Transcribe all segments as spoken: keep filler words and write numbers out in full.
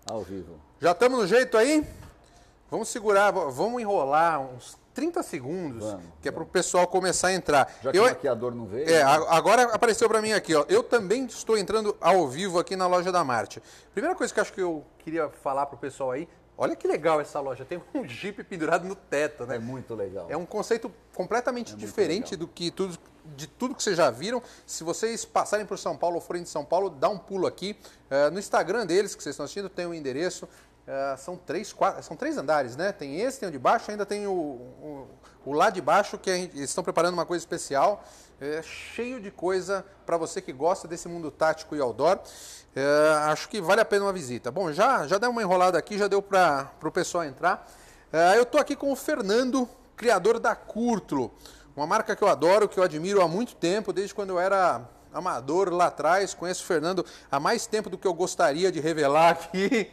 Ao vivo. Já estamos no jeito aí? Vamos segurar, vamos enrolar uns trinta segundos, vamos, que é para o pessoal começar a entrar. Já que eu, o maquiador não veio. É, né? agora apareceu para mim aqui, ó. Eu também estou entrando ao vivo aqui na loja da Marte. Primeira coisa que eu acho que eu queria falar para o pessoal aí, olha que legal essa loja, tem um Jeep pendurado no teto, né? É muito legal. É um conceito completamente é diferente do que tudo, de tudo que vocês já viram. Se vocês passarem por São Paulo ou forem de São Paulo, dá um pulo aqui. Uh, no Instagram deles, que vocês estão assistindo, tem o um endereço. Uh, são, três, quatro, são três andares, né? Tem esse, tem o de baixo, ainda tem o, o, o lá de baixo, que gente, eles estão preparando uma coisa especial. É cheio de coisa para você que gosta desse mundo tático e outdoor. É, acho que vale a pena uma visita. Bom, já, já deu uma enrolada aqui, já deu para o pessoal entrar. É, eu estou aqui com o Fernando, criador da Curtulo, uma marca que eu adoro, que eu admiro há muito tempo, desde quando eu era amador lá atrás. Conheço o Fernando há mais tempo do que eu gostaria de revelar aqui.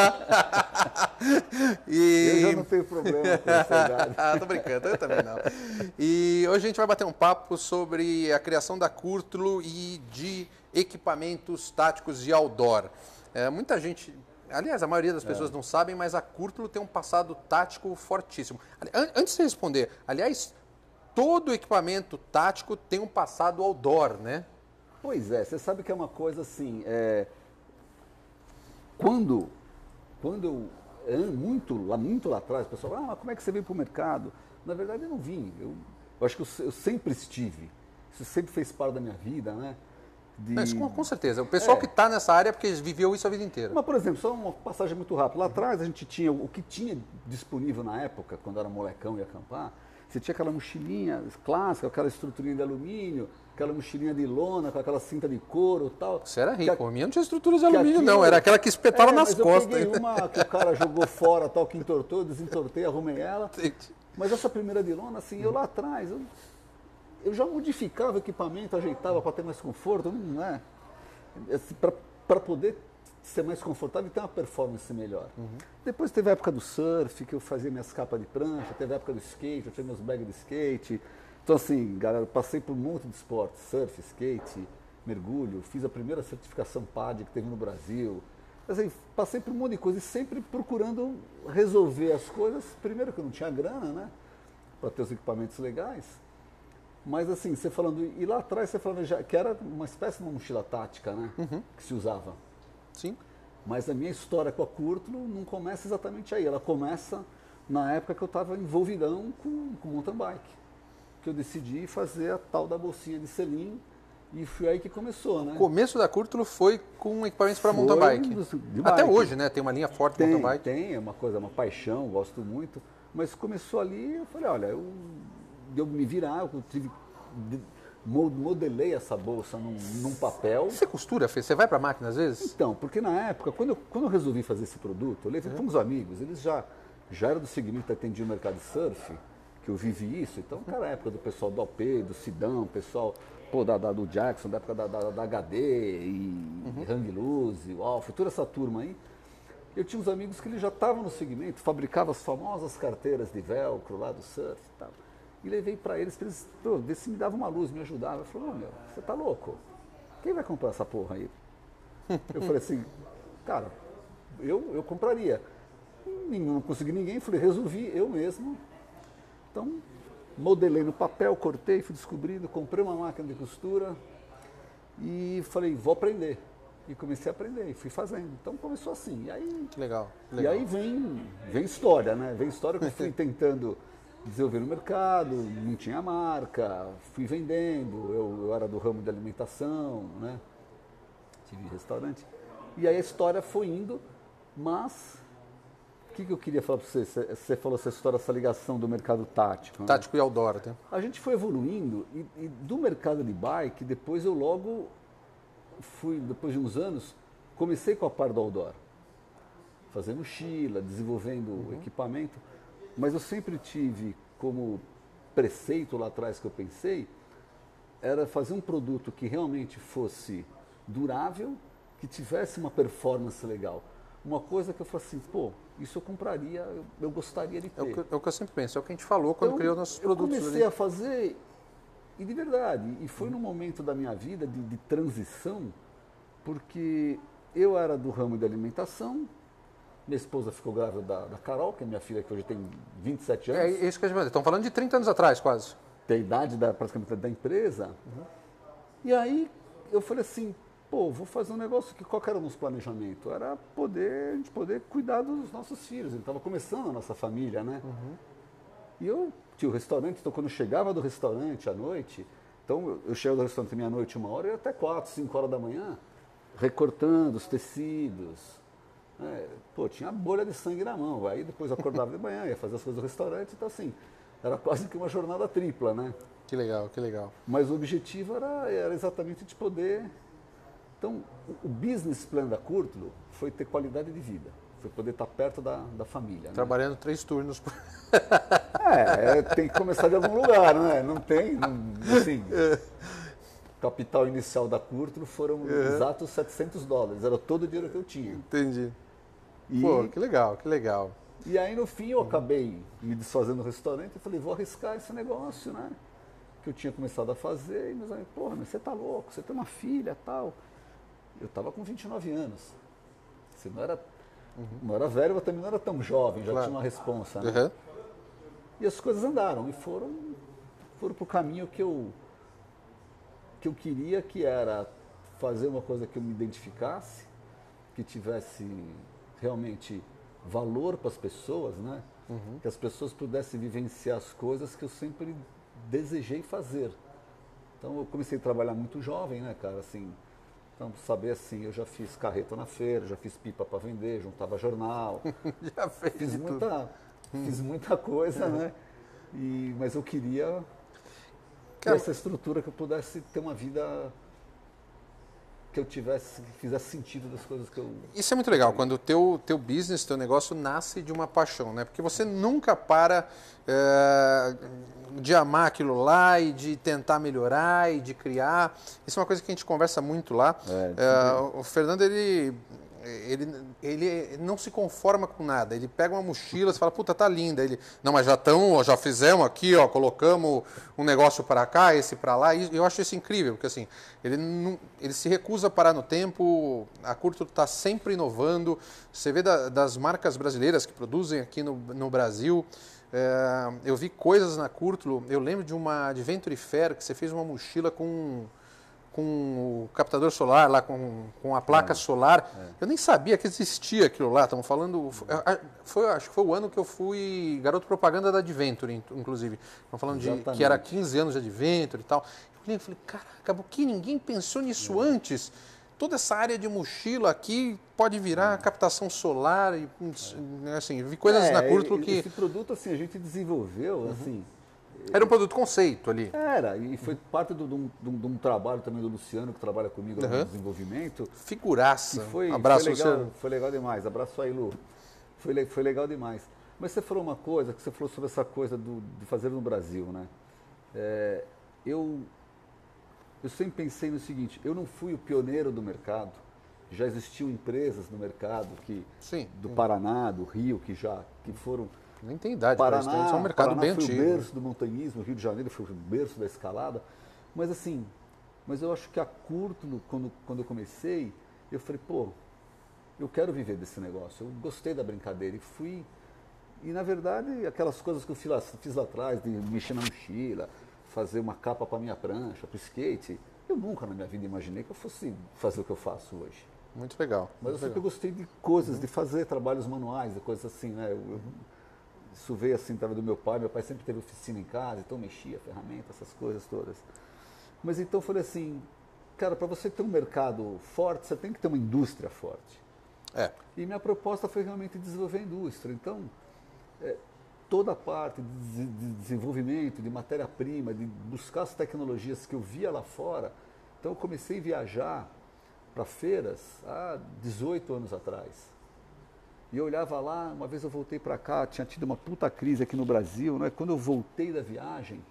Tá? E... Eu já não tenho problema com essa idade. Ah, tô brincando, eu também não. E hoje a gente vai bater um papo sobre a criação da Curtulo e de equipamentos táticos de outdoor. É, muita gente, aliás, a maioria das pessoas é. não sabem, mas a Curtulo tem um passado tático fortíssimo. Antes de responder, aliás, todo equipamento tático tem um passado outdoor, né? Pois é, você sabe que é uma coisa assim, é... quando, quando eu, muito lá, muito lá atrás, o pessoal fala, ah, mas como é que você veio para o mercado? Na verdade eu não vim, eu, eu acho que eu, eu sempre estive, isso sempre fez parte da minha vida, né? De... Mas, com, com certeza, o pessoal é. que está nessa área é porque viveu isso a vida inteira. Mas, por exemplo, só uma passagem muito rápida, lá atrás a gente tinha, o que tinha disponível na época, quando era molecão e ia acampar, você tinha aquela mochilinha clássica, aquela estruturinha de alumínio, aquela mochilinha de lona, com aquela cinta de couro e tal. Você era rico, a minha não tinha estrutura de alumínio aquilo, não, era aquela que espetava é, nas mas costas. Eu peguei uma que o cara jogou fora, tal, que entortou, eu desentortei, arrumei ela. Mas essa primeira de lona, assim, eu lá atrás, eu, eu já modificava o equipamento, ajeitava para ter mais conforto, não é? Assim, para poder ser mais confortável e ter uma performance melhor. Uhum. Depois teve a época do surf, que eu fazia minhas capas de prancha, teve a época do skate, eu tinha meus bags de skate. Então assim, galera, passei por um monte de esportes, surf, skate, mergulho, fiz a primeira certificação P A D que teve no Brasil. Assim, passei por um monte de coisa e sempre procurando resolver as coisas, primeiro que eu não tinha grana, né, para ter os equipamentos legais. Mas assim, você falando, e lá atrás você falando já, que era uma espécie de uma mochila tática, né, uhum. que se usava. Sim. Mas a minha história com a Curtulo não começa exatamente aí. Ela começa na época que eu estava envolvidão com, com mountain bike. Que eu decidi fazer a tal da bolsinha de selim e foi aí que começou, né? O começo da Curtulo foi com equipamentos para mountain bike. Dos, Até bike. Hoje, né? Tem uma linha forte de mountain bike. Tem, é uma coisa, uma paixão, gosto muito. Mas começou ali, eu falei, olha, eu, eu me virar, eu tive... modelei essa bolsa num, num papel. Você costura, Fê? Você vai para a máquina às vezes? Então, porque na época, quando eu, quando eu resolvi fazer esse produto, eu levei para uns amigos, eles já, já eram do segmento que atendia o mercado de surf, que eu vivi isso, então, cara, a época do pessoal do O P, do Sidão, pessoal pô, da, da, do Jackson, da época da, da, da H D e uhum. Hang Loose, o Alfa, toda essa turma aí, eu tinha uns amigos que eles já estavam no segmento, fabricavam as famosas carteiras de velcro lá do surf e tal. E levei para eles, para eles, pô, ver se me dava uma luz, me ajudava. Eu falei, oh, meu, você tá louco? Quem vai comprar essa porra aí? Eu falei assim, cara, eu, eu compraria. Não consegui ninguém, falei, resolvi eu mesmo. Então, modelei no papel, cortei, fui descobrindo, comprei uma máquina de costura e falei, vou aprender. E comecei a aprender, e fui fazendo. Então começou assim. E aí, que legal, que legal. E aí vem, vem história, né? Vem história que eu fui tentando desenvolver no mercado, não tinha marca, fui vendendo, eu, eu era do ramo de alimentação, né? Tive restaurante. E aí a história foi indo, mas o que, que eu queria falar para você? Você falou essa história, essa ligação do mercado tático. Tático né? e outdoor, né? A gente foi evoluindo e, e do mercado de bike, depois eu logo fui, depois de uns anos, comecei com a parte do outdoor. Fazer mochila, desenvolvendo uhum. equipamento. Mas eu sempre tive como preceito lá atrás que eu pensei, era fazer um produto que realmente fosse durável, que tivesse uma performance legal. Uma coisa que eu falei assim, pô, isso eu compraria, eu, eu gostaria de ter. É o, que, é o que eu sempre penso, é o que a gente falou quando então, criou nossos eu produtos. Eu comecei ali. a fazer, e de verdade, e foi num momento da minha vida de, de transição, porque eu era do ramo de alimentação, Minha esposa ficou grávida da, da Carol, que é minha filha, que hoje tem vinte e sete anos. É isso que a gente estão falando de trinta anos atrás, quase. Tem a idade da, praticamente da empresa. Uhum. E aí eu falei assim, pô, vou fazer um negócio que qual que era o nosso planejamento? Era poder, a gente poder cuidar dos nossos filhos. Ele estava começando a nossa família, né? Uhum. E eu tinha o restaurante, então quando eu chegava do restaurante à noite, então eu chegava do restaurante meia-noite, uma hora, e até quatro, cinco horas da manhã, recortando os tecidos. É, pô, tinha a bolha de sangue na mão. Aí depois eu acordava de manhã, ia fazer as coisas do restaurante, então assim, era quase que uma jornada tripla, né? Que legal, que legal. Mas o objetivo era, era exatamente de poder... Então, o business plan da Curtulo foi ter qualidade de vida, foi poder estar perto da, da família. Trabalhando né? três turnos. Por... É, é, tem que começar de algum lugar, né? Não tem, não, assim... Capital inicial da Curtulo foram uhum. exatos setecentos dólares, era todo o dinheiro que eu tinha. Entendi. E, Pô, que legal, que legal. E aí no fim eu acabei me desfazendo do restaurante e falei, vou arriscar esse negócio, né? Que eu tinha começado a fazer, e meus amigos, porra, mas você tá louco, você tem uma filha e tal. Eu tava com vinte e nove anos. Você não era, uhum. não era velho, mas também não era tão jovem, já claro. tinha uma responsa. Né? Uhum. E as coisas andaram e foram, foram pro caminho que eu, que eu queria, que era fazer uma coisa que eu me identificasse, que tivesse realmente valor para as pessoas, né? Uhum. Que as pessoas pudessem vivenciar as coisas que eu sempre desejei fazer. Então eu comecei a trabalhar muito jovem, né, cara, assim, então saber assim, eu já fiz carreta na feira, já fiz pipa para vender, juntava jornal, já fez fiz muita, fiz muita coisa, uhum. né? E mas eu queria ter essa estrutura que eu pudesse ter uma vida que eu tivesse, que fizesse sentido das coisas que eu... Isso é muito legal, quando o teu, teu business, teu negócio nasce de uma paixão, né? Porque você nunca para é, de amar aquilo lá e de tentar melhorar e de criar. Isso é uma coisa que a gente conversa muito lá. É, é, o Fernando, ele... Ele, ele não se conforma com nada, ele pega uma mochila, você fala, puta, tá linda. Ele, não, mas já estão, já fizemos aqui, ó, colocamos um negócio para cá, esse para lá, e eu acho isso incrível, porque assim, ele, não, ele se recusa a parar no tempo, a Curtulo está sempre inovando, você vê da, das marcas brasileiras que produzem aqui no, no Brasil, é, eu vi coisas na Curtulo, eu lembro de uma Adventure Fair, que você fez uma mochila com... com o captador solar, lá com, com a placa é, solar. É. Eu nem sabia que existia aquilo lá. Estamos falando... Foi, acho que foi o ano que eu fui garoto propaganda da Adventure, inclusive. Estamos falando de que era quinze anos de Adventure e tal. Eu falei, caraca, por que ninguém pensou nisso é. antes? Toda essa área de mochila aqui pode virar é. captação solar. E, é. assim, vi coisas é, na Curtulo que... Esse produto, assim, a gente desenvolveu, uhum. assim... Era um produto conceito ali. Era, e foi parte de um, de um trabalho também do Luciano, que trabalha comigo uhum. no desenvolvimento. Figuraça. Foi, Abraço, foi legal, Luciano. Foi legal demais. Abraço aí, Lu. Foi, foi legal demais. Mas você falou uma coisa, que você falou sobre essa coisa do, de fazer no Brasil, né? É, eu, eu sempre pensei no seguinte, eu não fui o pioneiro do mercado. Já existiam empresas no mercado que, Sim. do Paraná, do Rio, que já que foram... Nem tem idade Paraná, para isso, é um mercado Paraná bem foi antigo. o berço do montanhismo, o Rio de Janeiro foi o berço da escalada. Mas assim, mas eu acho que a Curtulo, quando, quando eu comecei, eu falei, pô, eu quero viver desse negócio. Eu gostei da brincadeira e fui... E na verdade, aquelas coisas que eu fiz lá, fiz lá atrás, de mexer na mochila, fazer uma capa para minha prancha, para o skate, eu nunca na minha vida imaginei que eu fosse fazer o que eu faço hoje. Muito legal. Mas muito eu sempre legal. gostei de coisas, uhum. de fazer trabalhos manuais, de coisas assim, né? Eu, eu, Isso veio assim, através do meu pai. Meu pai sempre teve oficina em casa, então mexia, ferramenta, essas coisas todas. Mas então eu falei assim, cara, para você ter um mercado forte, você tem que ter uma indústria forte. É. E minha proposta foi realmente desenvolver a indústria. Então, é, toda a parte de, de desenvolvimento, de matéria-prima, de buscar as tecnologias que eu via lá fora. Então eu comecei a viajar para feiras há dezoito anos atrás. E eu olhava lá, uma vez eu voltei para cá, tinha tido uma puta crise aqui no Brasil, né? Quando eu voltei da viagem,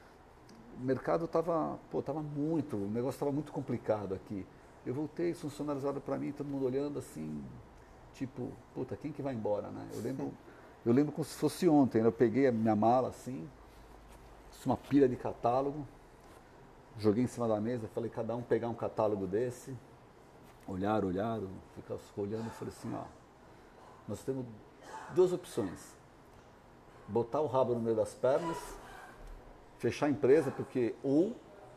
o mercado estava, pô, tava muito, o negócio estava muito complicado aqui. Eu voltei, os funcionários olharam para mim, todo mundo olhando assim, tipo, puta, quem que vai embora, né? Eu lembro, eu lembro como se fosse ontem, né? Eu peguei a minha mala assim, uma pilha de catálogo, joguei em cima da mesa, falei, cada um pegar um catálogo desse, olharam, olharam, ficaram olhando e falei assim, ó, nós temos duas opções. Botar o rabo no meio das pernas, fechar a empresa, porque ou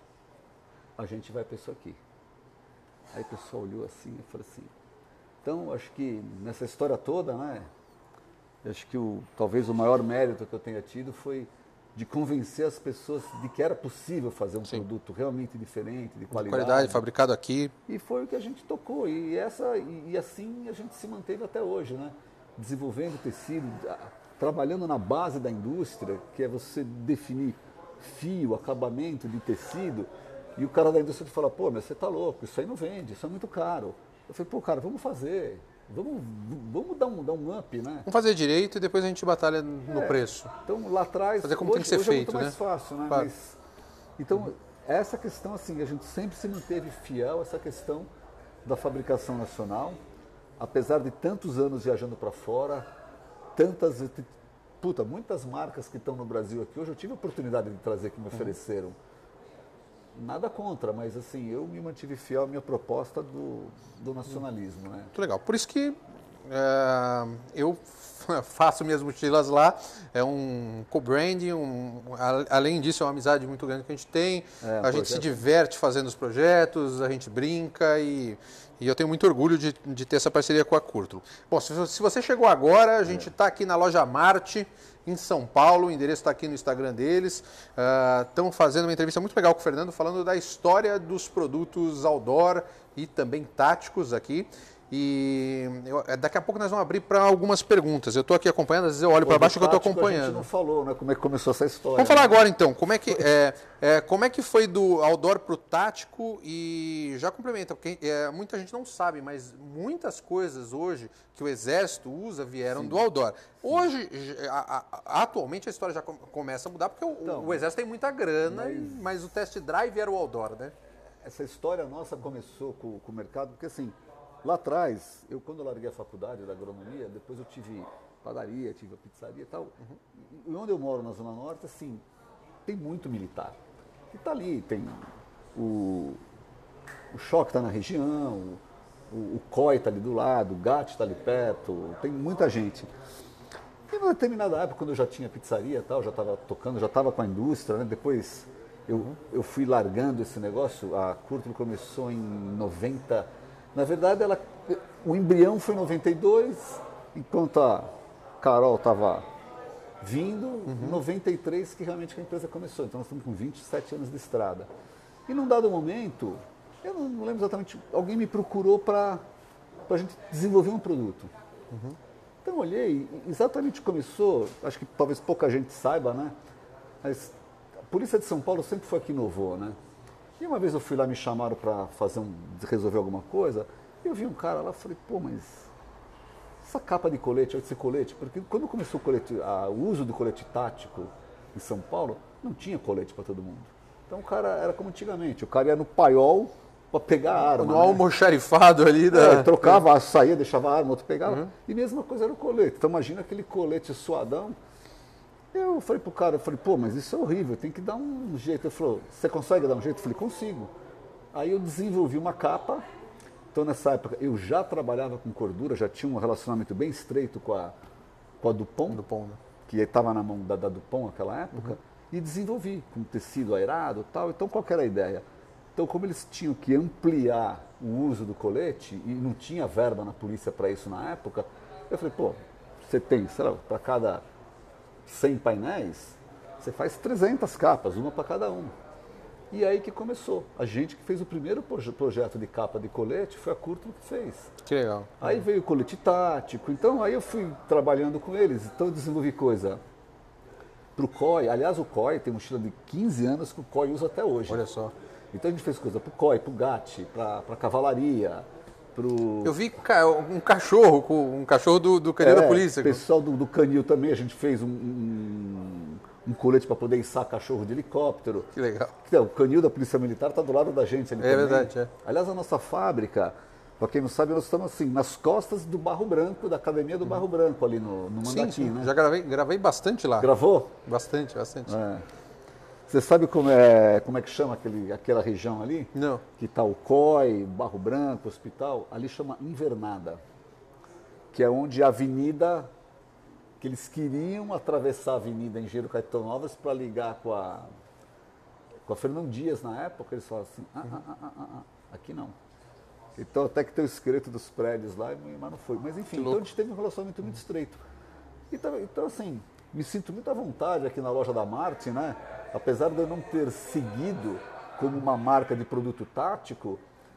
a gente vai para isso aqui. Aí o pessoal olhou assim e falou assim. Então, acho que nessa história toda, né, acho que o, talvez o maior mérito que eu tenha tido foi de convencer as pessoas de que era possível fazer um Sim. produto realmente diferente, de qualidade. De qualidade, fabricado aqui. E foi o que a gente tocou. E, essa, e, e assim a gente se manteve até hoje, né? Desenvolvendo tecido, trabalhando na base da indústria, que é você definir fio, acabamento de tecido. E o cara da indústria fala, pô, mas você tá louco, isso aí não vende, isso é muito caro. Eu falei, pô, cara, vamos fazer. Vamos, vamos dar, um, dar um up, né? Vamos fazer direito e depois a gente batalha no é, preço. Então, lá atrás, fazer como hoje, tem que ser hoje feito, é muito né? mais fácil, né? Claro. Mas, então, uhum. essa questão, assim, a gente sempre se manteve fiel a essa questão da fabricação nacional, apesar de tantos anos viajando para fora, tantas, puta, muitas marcas que estão no Brasil aqui, hoje eu tive a oportunidade de trazer, que me ofereceram. Uhum. Nada contra, mas assim, eu me mantive fiel à minha proposta do, do nacionalismo. Né? Muito legal. Por isso que é, eu faço minhas mochilas lá, é um co-branding, um, além disso é uma amizade muito grande que a gente tem, é, a gente projeto. se diverte fazendo os projetos, a gente brinca e, e eu tenho muito orgulho de, de ter essa parceria com a Courtro. Bom, se, se você chegou agora, a gente está é. aqui na loja Marte, em São Paulo, o endereço está aqui no Instagram deles. Estão uh, fazendo uma entrevista muito legal com o Fernando, falando da história dos produtos outdoor e também táticos aqui. E eu, daqui a pouco nós vamos abrir para algumas perguntas. Eu estou aqui acompanhando, às vezes eu olho para baixo que eu estou acompanhando. A gente não falou, né? Como é que começou essa história. Vamos falar agora então. Como é que, é, é, como é que foi do outdoor para o tático? E já complementa, porque é, muita gente não sabe, mas muitas coisas hoje que o Exército usa vieram Sim. do outdoor. Hoje, a, a, atualmente, a história já começa a mudar, porque o, então, o Exército tem muita grana, mas, mas o test drive era o outdoor, né? Essa história nossa começou com, com o mercado, porque assim, lá atrás, eu quando eu larguei a faculdade da agronomia, depois eu tive padaria, tive a pizzaria e tal. Uhum. E onde eu moro, na Zona Norte, assim, tem muito militar. Que tá ali, tem o, o choque está na região, o, o C O I está ali do lado, o G A T está ali perto, tem muita gente. E numa determinada época, quando eu já tinha pizzaria e tal, já estava tocando, já estava com a indústria, né? Depois eu, uhum. eu fui largando esse negócio, a Courtro começou em noventa. Na verdade, ela, o embrião foi em noventa e dois, enquanto a Carol estava vindo, uhum. em noventa e três que realmente a empresa começou. Então nós estamos com vinte e sete anos de estrada. E num dado momento, eu não, não lembro exatamente, alguém me procurou para a gente desenvolver um produto. Uhum. Então eu olhei, exatamente começou, acho que talvez pouca gente saiba, né? Mas a Polícia de São Paulo sempre foi a que inovou, né? E uma vez eu fui lá, me chamaram para fazer um, resolver alguma coisa, e eu vi um cara lá e falei, pô, mas essa capa de colete, esse colete, porque quando começou o, colete, a, o uso do colete tático em São Paulo, não tinha colete para todo mundo. Então o cara era como antigamente, o cara ia no paiol para pegar a arma. No né? almoxarifado ali. Da... É, trocava, saía, deixava a arma, outro pegava. Uhum. E mesma coisa era o colete. Então imagina aquele colete suadão. Eu falei pro cara, eu falei, pô, mas isso é horrível, tem que dar um jeito. Ele falou, você consegue dar um jeito? Eu falei, consigo. Aí eu desenvolvi uma capa. Então nessa época eu já trabalhava com cordura, já tinha um relacionamento bem estreito com a, com a Dupont, Dupont né? que estava na mão da, da Dupont naquela época, uhum. e desenvolvi com tecido aerado e tal. Então qual que era a ideia? Então, como eles tinham que ampliar o uso do colete, e não tinha verba na polícia para isso na época, eu falei, pô, você tem, sei lá, para cada cem painéis, você faz trezentas capas, uma para cada um. E aí que começou. A gente que fez o primeiro proje- projeto de capa de colete foi a Courtro que fez. Que legal. Aí veio o colete tático, então aí eu fui trabalhando com eles, então eu desenvolvi coisa para o C O I. Aliás, o C O I tem mochila de quinze anos que o C O I usa até hoje. Olha só. Então a gente fez coisa para o C O I, para o G A T, para a cavalaria, para o... Eu vi um cachorro, um cachorro do, do canil é, da polícia. O pessoal do, do canil também, a gente fez um, um, um colete para poder içar cachorro de helicóptero. Que legal. Então, o canil da Polícia Militar está do lado da gente ali É também. verdade, é. Aliás, a nossa fábrica, para quem não sabe, nós estamos assim, nas costas do Barro Branco, da Academia do Barro Branco, ali no, no Mandati, sim, sim. né? Já gravei, gravei bastante lá. Gravou? Bastante, bastante. É. Você sabe como é, como é que chama aquele, aquela região ali? Não. Que está o C O I, Barro Branco, Hospital, ali chama Invernada. Que que é onde a avenida, que eles queriam atravessar a avenida Engenheiro Caetano Alves para ligar com a, com a Fernão Dias na época, eles falaram assim, ah, ah, ah, ah, ah, aqui não. Então até que tem o esqueleto dos prédios lá, mas não foi. Mas enfim, então a gente teve um relacionamento muito estreito. Então, então assim, me sinto muito à vontade aqui na loja da Martin, né? Apesar de eu não ter seguido como uma marca de produto tático,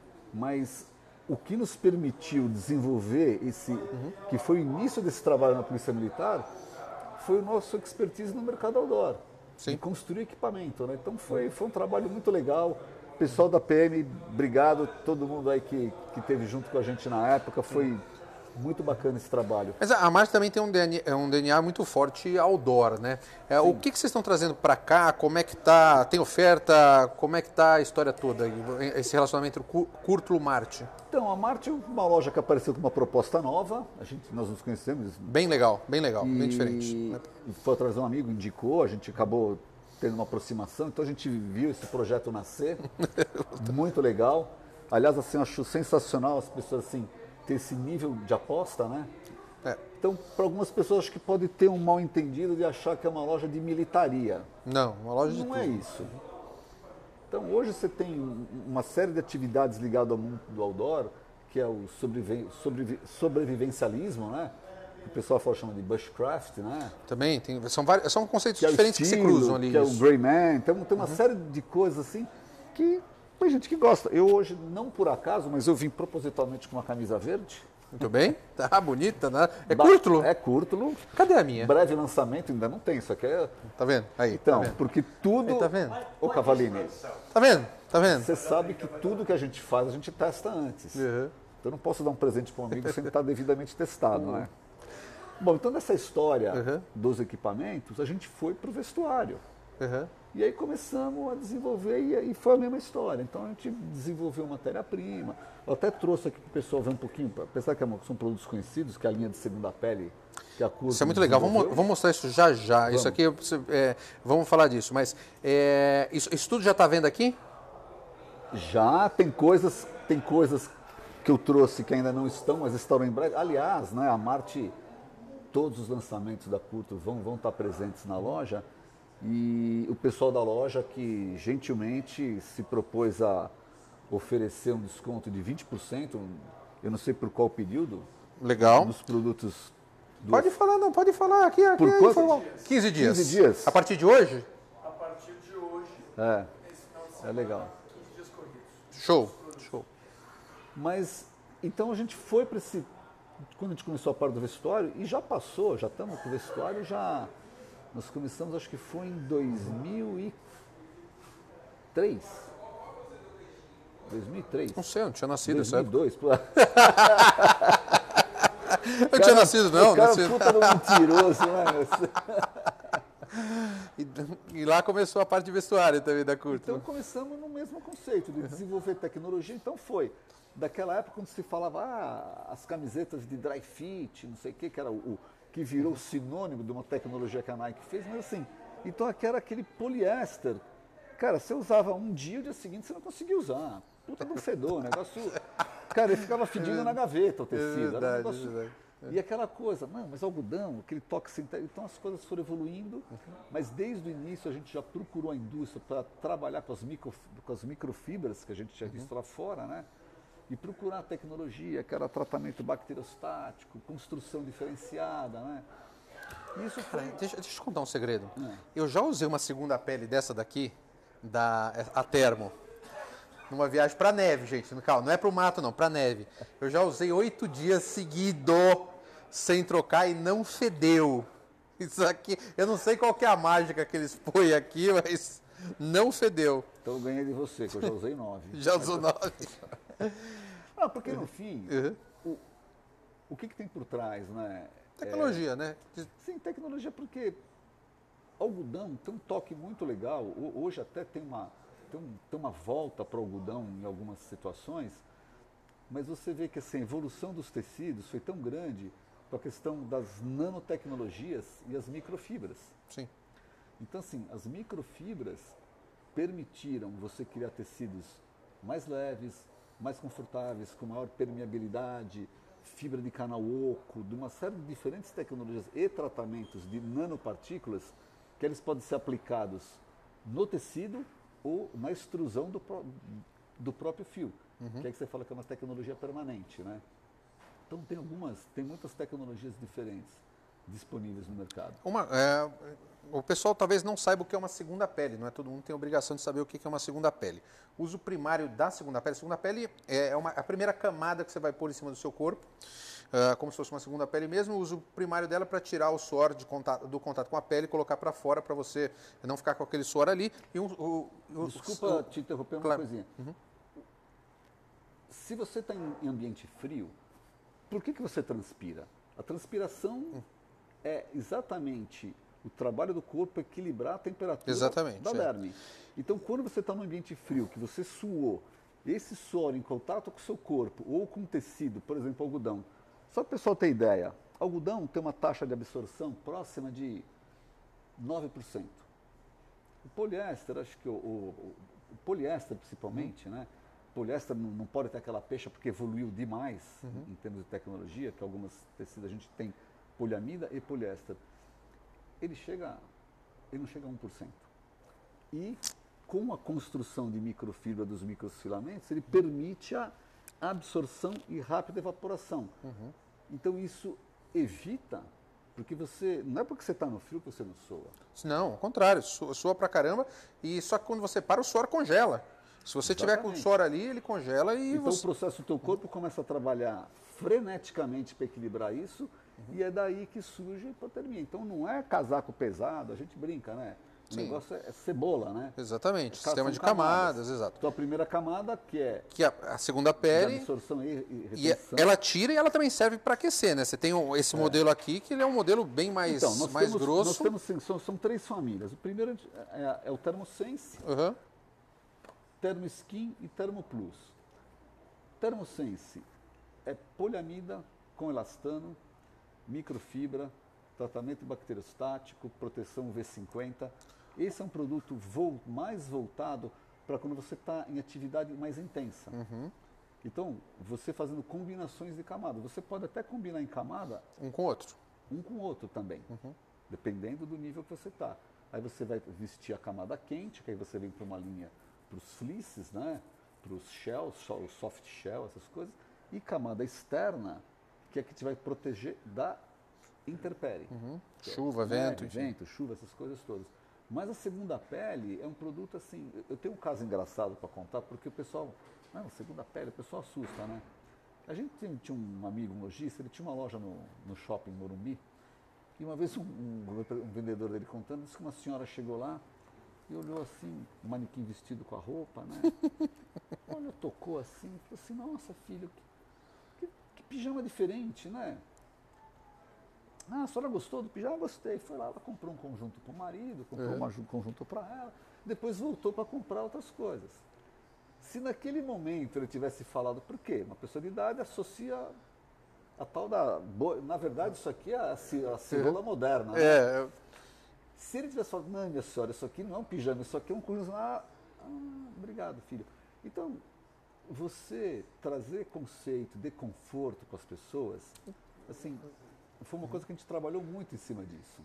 mas o que nos permitiu desenvolver esse, uhum. que foi o início desse trabalho na Polícia Militar, foi o nosso expertise no mercado outdoor, Sim. de construir equipamento, né? Então foi, foi um trabalho muito legal. O pessoal da P M, obrigado, todo mundo aí que, que teve junto com a gente na época, foi muito bacana esse trabalho. Mas a Martin também tem um D N A, um D N A muito forte outdoor, né? É, o que, que vocês estão trazendo para cá? Como é que tá? Tem oferta? Como é que tá a história toda? Esse relacionamento curto-Martin? Então, a Martin é uma loja que apareceu com uma proposta nova. A gente, nós nos conhecemos. Bem legal, bem legal, bem diferente. Foi atrás de um amigo, indicou, a gente acabou tendo uma aproximação, então a gente viu esse projeto nascer. Muito legal. Aliás, assim, eu acho sensacional as pessoas assim ter esse nível de aposta, né? É. Então, para algumas pessoas acho que pode ter um mal entendido de achar que é uma loja de militaria. Não, uma loja de Não tudo. é isso. Então, hoje você tem uma série de atividades ligadas ao mundo do outdoor, que é o sobrevi sobrevi sobrevivencialismo, né? Que o pessoal fala, chama de bushcraft, né? Também, tem, são, vários, são conceitos que diferentes é estilo, que se cruzam ali. Que isso. É o Grey Man, então tem uma uhum. série de coisas assim que tem gente que gosta. Eu hoje, não por acaso, mas eu vim propositalmente com uma camisa verde. Muito bem, tá bonita, né? É curto? É curto. Cadê a minha? Breve lançamento, ainda não tem, isso aqui é... Tá vendo? Aí, então, tá vendo? Porque tudo... Aí, tá vendo? Ô, Cavalini. Tá vendo? Tá vendo? Você sabe que tudo que a gente faz, a gente testa antes. Uhum. Então eu não posso dar um presente para um amigo sem estar devidamente testado, uhum. né? Bom, então nessa história uhum. dos equipamentos, a gente foi para o vestuário. Uhum. E aí começamos a desenvolver e aí foi a mesma história. Então a gente desenvolveu matéria-prima. Eu até trouxe aqui para o pessoal ver um pouquinho, apesar que são produtos conhecidos, que é a linha de segunda pele, que a Curto Isso é muito legal, vamos, vamos mostrar isso já já. Vamos. Isso aqui, é, vamos falar disso, mas é, isso, isso tudo já está vendo aqui? Já, tem coisas, tem coisas que eu trouxe que ainda não estão, mas estarão em breve. Aliás, né, a Martin, todos os lançamentos da Curto vão, vão estar presentes na loja. E o pessoal da loja que gentilmente se propôs a oferecer um desconto de vinte por cento, eu não sei por qual período. Legal. Dos produtos. Do... Pode falar, não, pode falar aqui. aqui por aí, quanto? Por... quinze dias. quinze dias. A partir de hoje? A partir de hoje. É, é legal. quinze dias corridos. Show, show. Mas, então a gente foi para esse... Quando a gente começou a parte do vestuário, e já passou, já estamos com o vestuário, já... Nós começamos, acho que foi em dois mil e três. dois mil e três. Não sei, eu não tinha nascido nessa época. dois mil e dois. Eu não tinha nascido, não. O cara nascido. puta do mentiroso, né? E, e lá começou a parte de vestuário também da Curto. Então começamos no mesmo conceito, de desenvolver tecnologia. Então foi, daquela época quando se falava, ah, as camisetas de dry fit, não sei o que, que era o... o que virou sinônimo de uma tecnologia que a Nike fez, mas assim, então aqui era aquele poliéster. Cara, você usava um dia, o dia seguinte você não conseguia usar. Puta do fedor, o negócio... Cara, ele ficava fedindo na gaveta o tecido. É verdade, era um negócio... é verdade. E aquela coisa, não, mas algodão, aquele toque sintético. Então as coisas foram evoluindo, mas desde o início a gente já procurou a indústria para trabalhar com as, micro, com as microfibras que a gente tinha visto lá fora, né? E procurar tecnologia, que era tratamento bacteriostático, construção diferenciada, né? Isso foi... Cara, deixa, deixa eu te contar um segredo. É. Eu já usei uma segunda pele dessa daqui, da, a termo, numa viagem pra neve, gente. Calma, não é pro mato não, pra neve. Eu já usei oito dias seguidos, sem trocar e não fedeu. Isso aqui, eu não sei qual que é a mágica que eles põem aqui, mas não fedeu. Então eu ganhei de você, que eu já usei nove. Já usou nove. Ah, porque no fim, uhum. o, o que, que tem por trás, né? Tecnologia, é, né? Sim, tecnologia, porque algodão tem um toque muito legal. Hoje até tem uma, tem, um, tem uma volta para o algodão em algumas situações, mas você vê que assim, a evolução dos tecidos foi tão grande com a questão das nanotecnologias e as microfibras. Sim. Então, assim, as microfibras permitiram você criar tecidos mais leves, mais confortáveis, com maior permeabilidade, fibra de canal oco, de uma série de diferentes tecnologias e tratamentos de nanopartículas que eles podem ser aplicados no tecido ou na extrusão do, pró- do próprio fio, uhum. que é que você fala que é uma tecnologia permanente, né? Então tem algumas, tem muitas tecnologias diferentes disponíveis no mercado. Uma, é, o pessoal talvez não saiba o que é uma segunda pele, não é todo mundo tem a obrigação de saber o que é uma segunda pele. O uso primário da segunda pele, a segunda pele é uma, a primeira camada que você vai pôr em cima do seu corpo, uh, como se fosse uma segunda pele mesmo. O uso primário dela é para tirar o suor de contato, do contato com a pele e colocar para fora para você não ficar com aquele suor ali. E um, o, o, Desculpa o, te interromper uma claro. coisinha. Uhum. Se você está em ambiente frio, por que, que você transpira? A transpiração uhum. é exatamente o trabalho do corpo equilibrar a temperatura exatamente, da é. derme. Então, quando você está num ambiente frio, que você suou, esse suor em contato com o seu corpo ou com tecido, por exemplo, algodão. Só para o pessoal ter ideia, algodão tem uma taxa de absorção próxima de nove por cento. O poliéster, acho que o, o, o poliéster principalmente, uhum. né? O poliéster não, não pode ter aquela pecha porque evoluiu demais uhum. em, em termos de tecnologia, que algumas tecidos a gente tem poliamida e poliéster. Ele chega, ele não chega a um por cento. E com a construção de microfibra dos microfilamentos, ele permite a absorção e rápida evaporação. Uhum. Então isso evita, porque você, não é porque você está no frio que você não soa. Não, ao contrário, soa, soa pra caramba, e só que quando você para, o suor congela. Se você Exatamente. tiver com o suor ali, ele congela e então você... o processo do teu corpo começa a trabalhar freneticamente para equilibrar isso, uhum. e é daí que surge a hipotermia. Então não é casaco pesado, a gente brinca, né? O Sim. negócio é, é cebola, né? Exatamente, é sistema de camadas, camadas, exato. Então a primeira camada que é... Que a, a segunda pele... absorção e, e retenção. E ela tira e ela também serve para aquecer, né? Você tem um, esse é. modelo aqui, que ele é um modelo bem mais, então, nós mais temos, grosso. Nós temos, são, são três famílias. O primeiro é, é o Thermosense, uhum. Thermoskin e Thermoplus. Thermosense é poliamida com elastano, microfibra, tratamento bacteriostático, proteção U V cinquenta. Esse é um produto vol, mais voltado para quando você está em atividade mais intensa. Uhum. Então, você fazendo combinações de camada. Você pode até combinar em camada... Um com o outro. Um com o outro também, uhum. dependendo do nível que você está. Aí você vai vestir a camada quente, que aí você vem para uma linha para os fleeces, né? Para os shells, o soft shell, essas coisas. E camada externa, que é que te vai proteger da intempérie. Uhum. Chuva, é, vento, né? Vento, chuva, essas coisas todas. Mas a segunda pele é um produto assim... Eu tenho um caso engraçado para contar, porque o pessoal... Não, segunda pele, o pessoal assusta, né? A gente tinha, tinha um amigo, um lojista, ele tinha uma loja no, no shopping Morumbi, e uma vez um, um, um vendedor dele contando, disse que uma senhora chegou lá e olhou assim, um manequim vestido com a roupa, né? Olha, tocou assim, falou assim, nossa filho, que, que, que pijama diferente, né? Ah, a senhora gostou do pijama? Gostei. Foi lá, ela comprou um conjunto para o marido, comprou uhum. um conjunto para ela, depois voltou para comprar outras coisas. Se naquele momento ele tivesse falado, por quê? Uma pessoa de idade associa a tal da... Na verdade, isso aqui é a, a cebola uhum. moderna. Né? É. Se ele tivesse falado, não, minha senhora, isso aqui não é um pijama, isso aqui é um conjunto... Ah, ah, obrigado, filho. Então, você trazer conceito de conforto para as pessoas, assim... Foi uma coisa que a gente trabalhou muito em cima disso.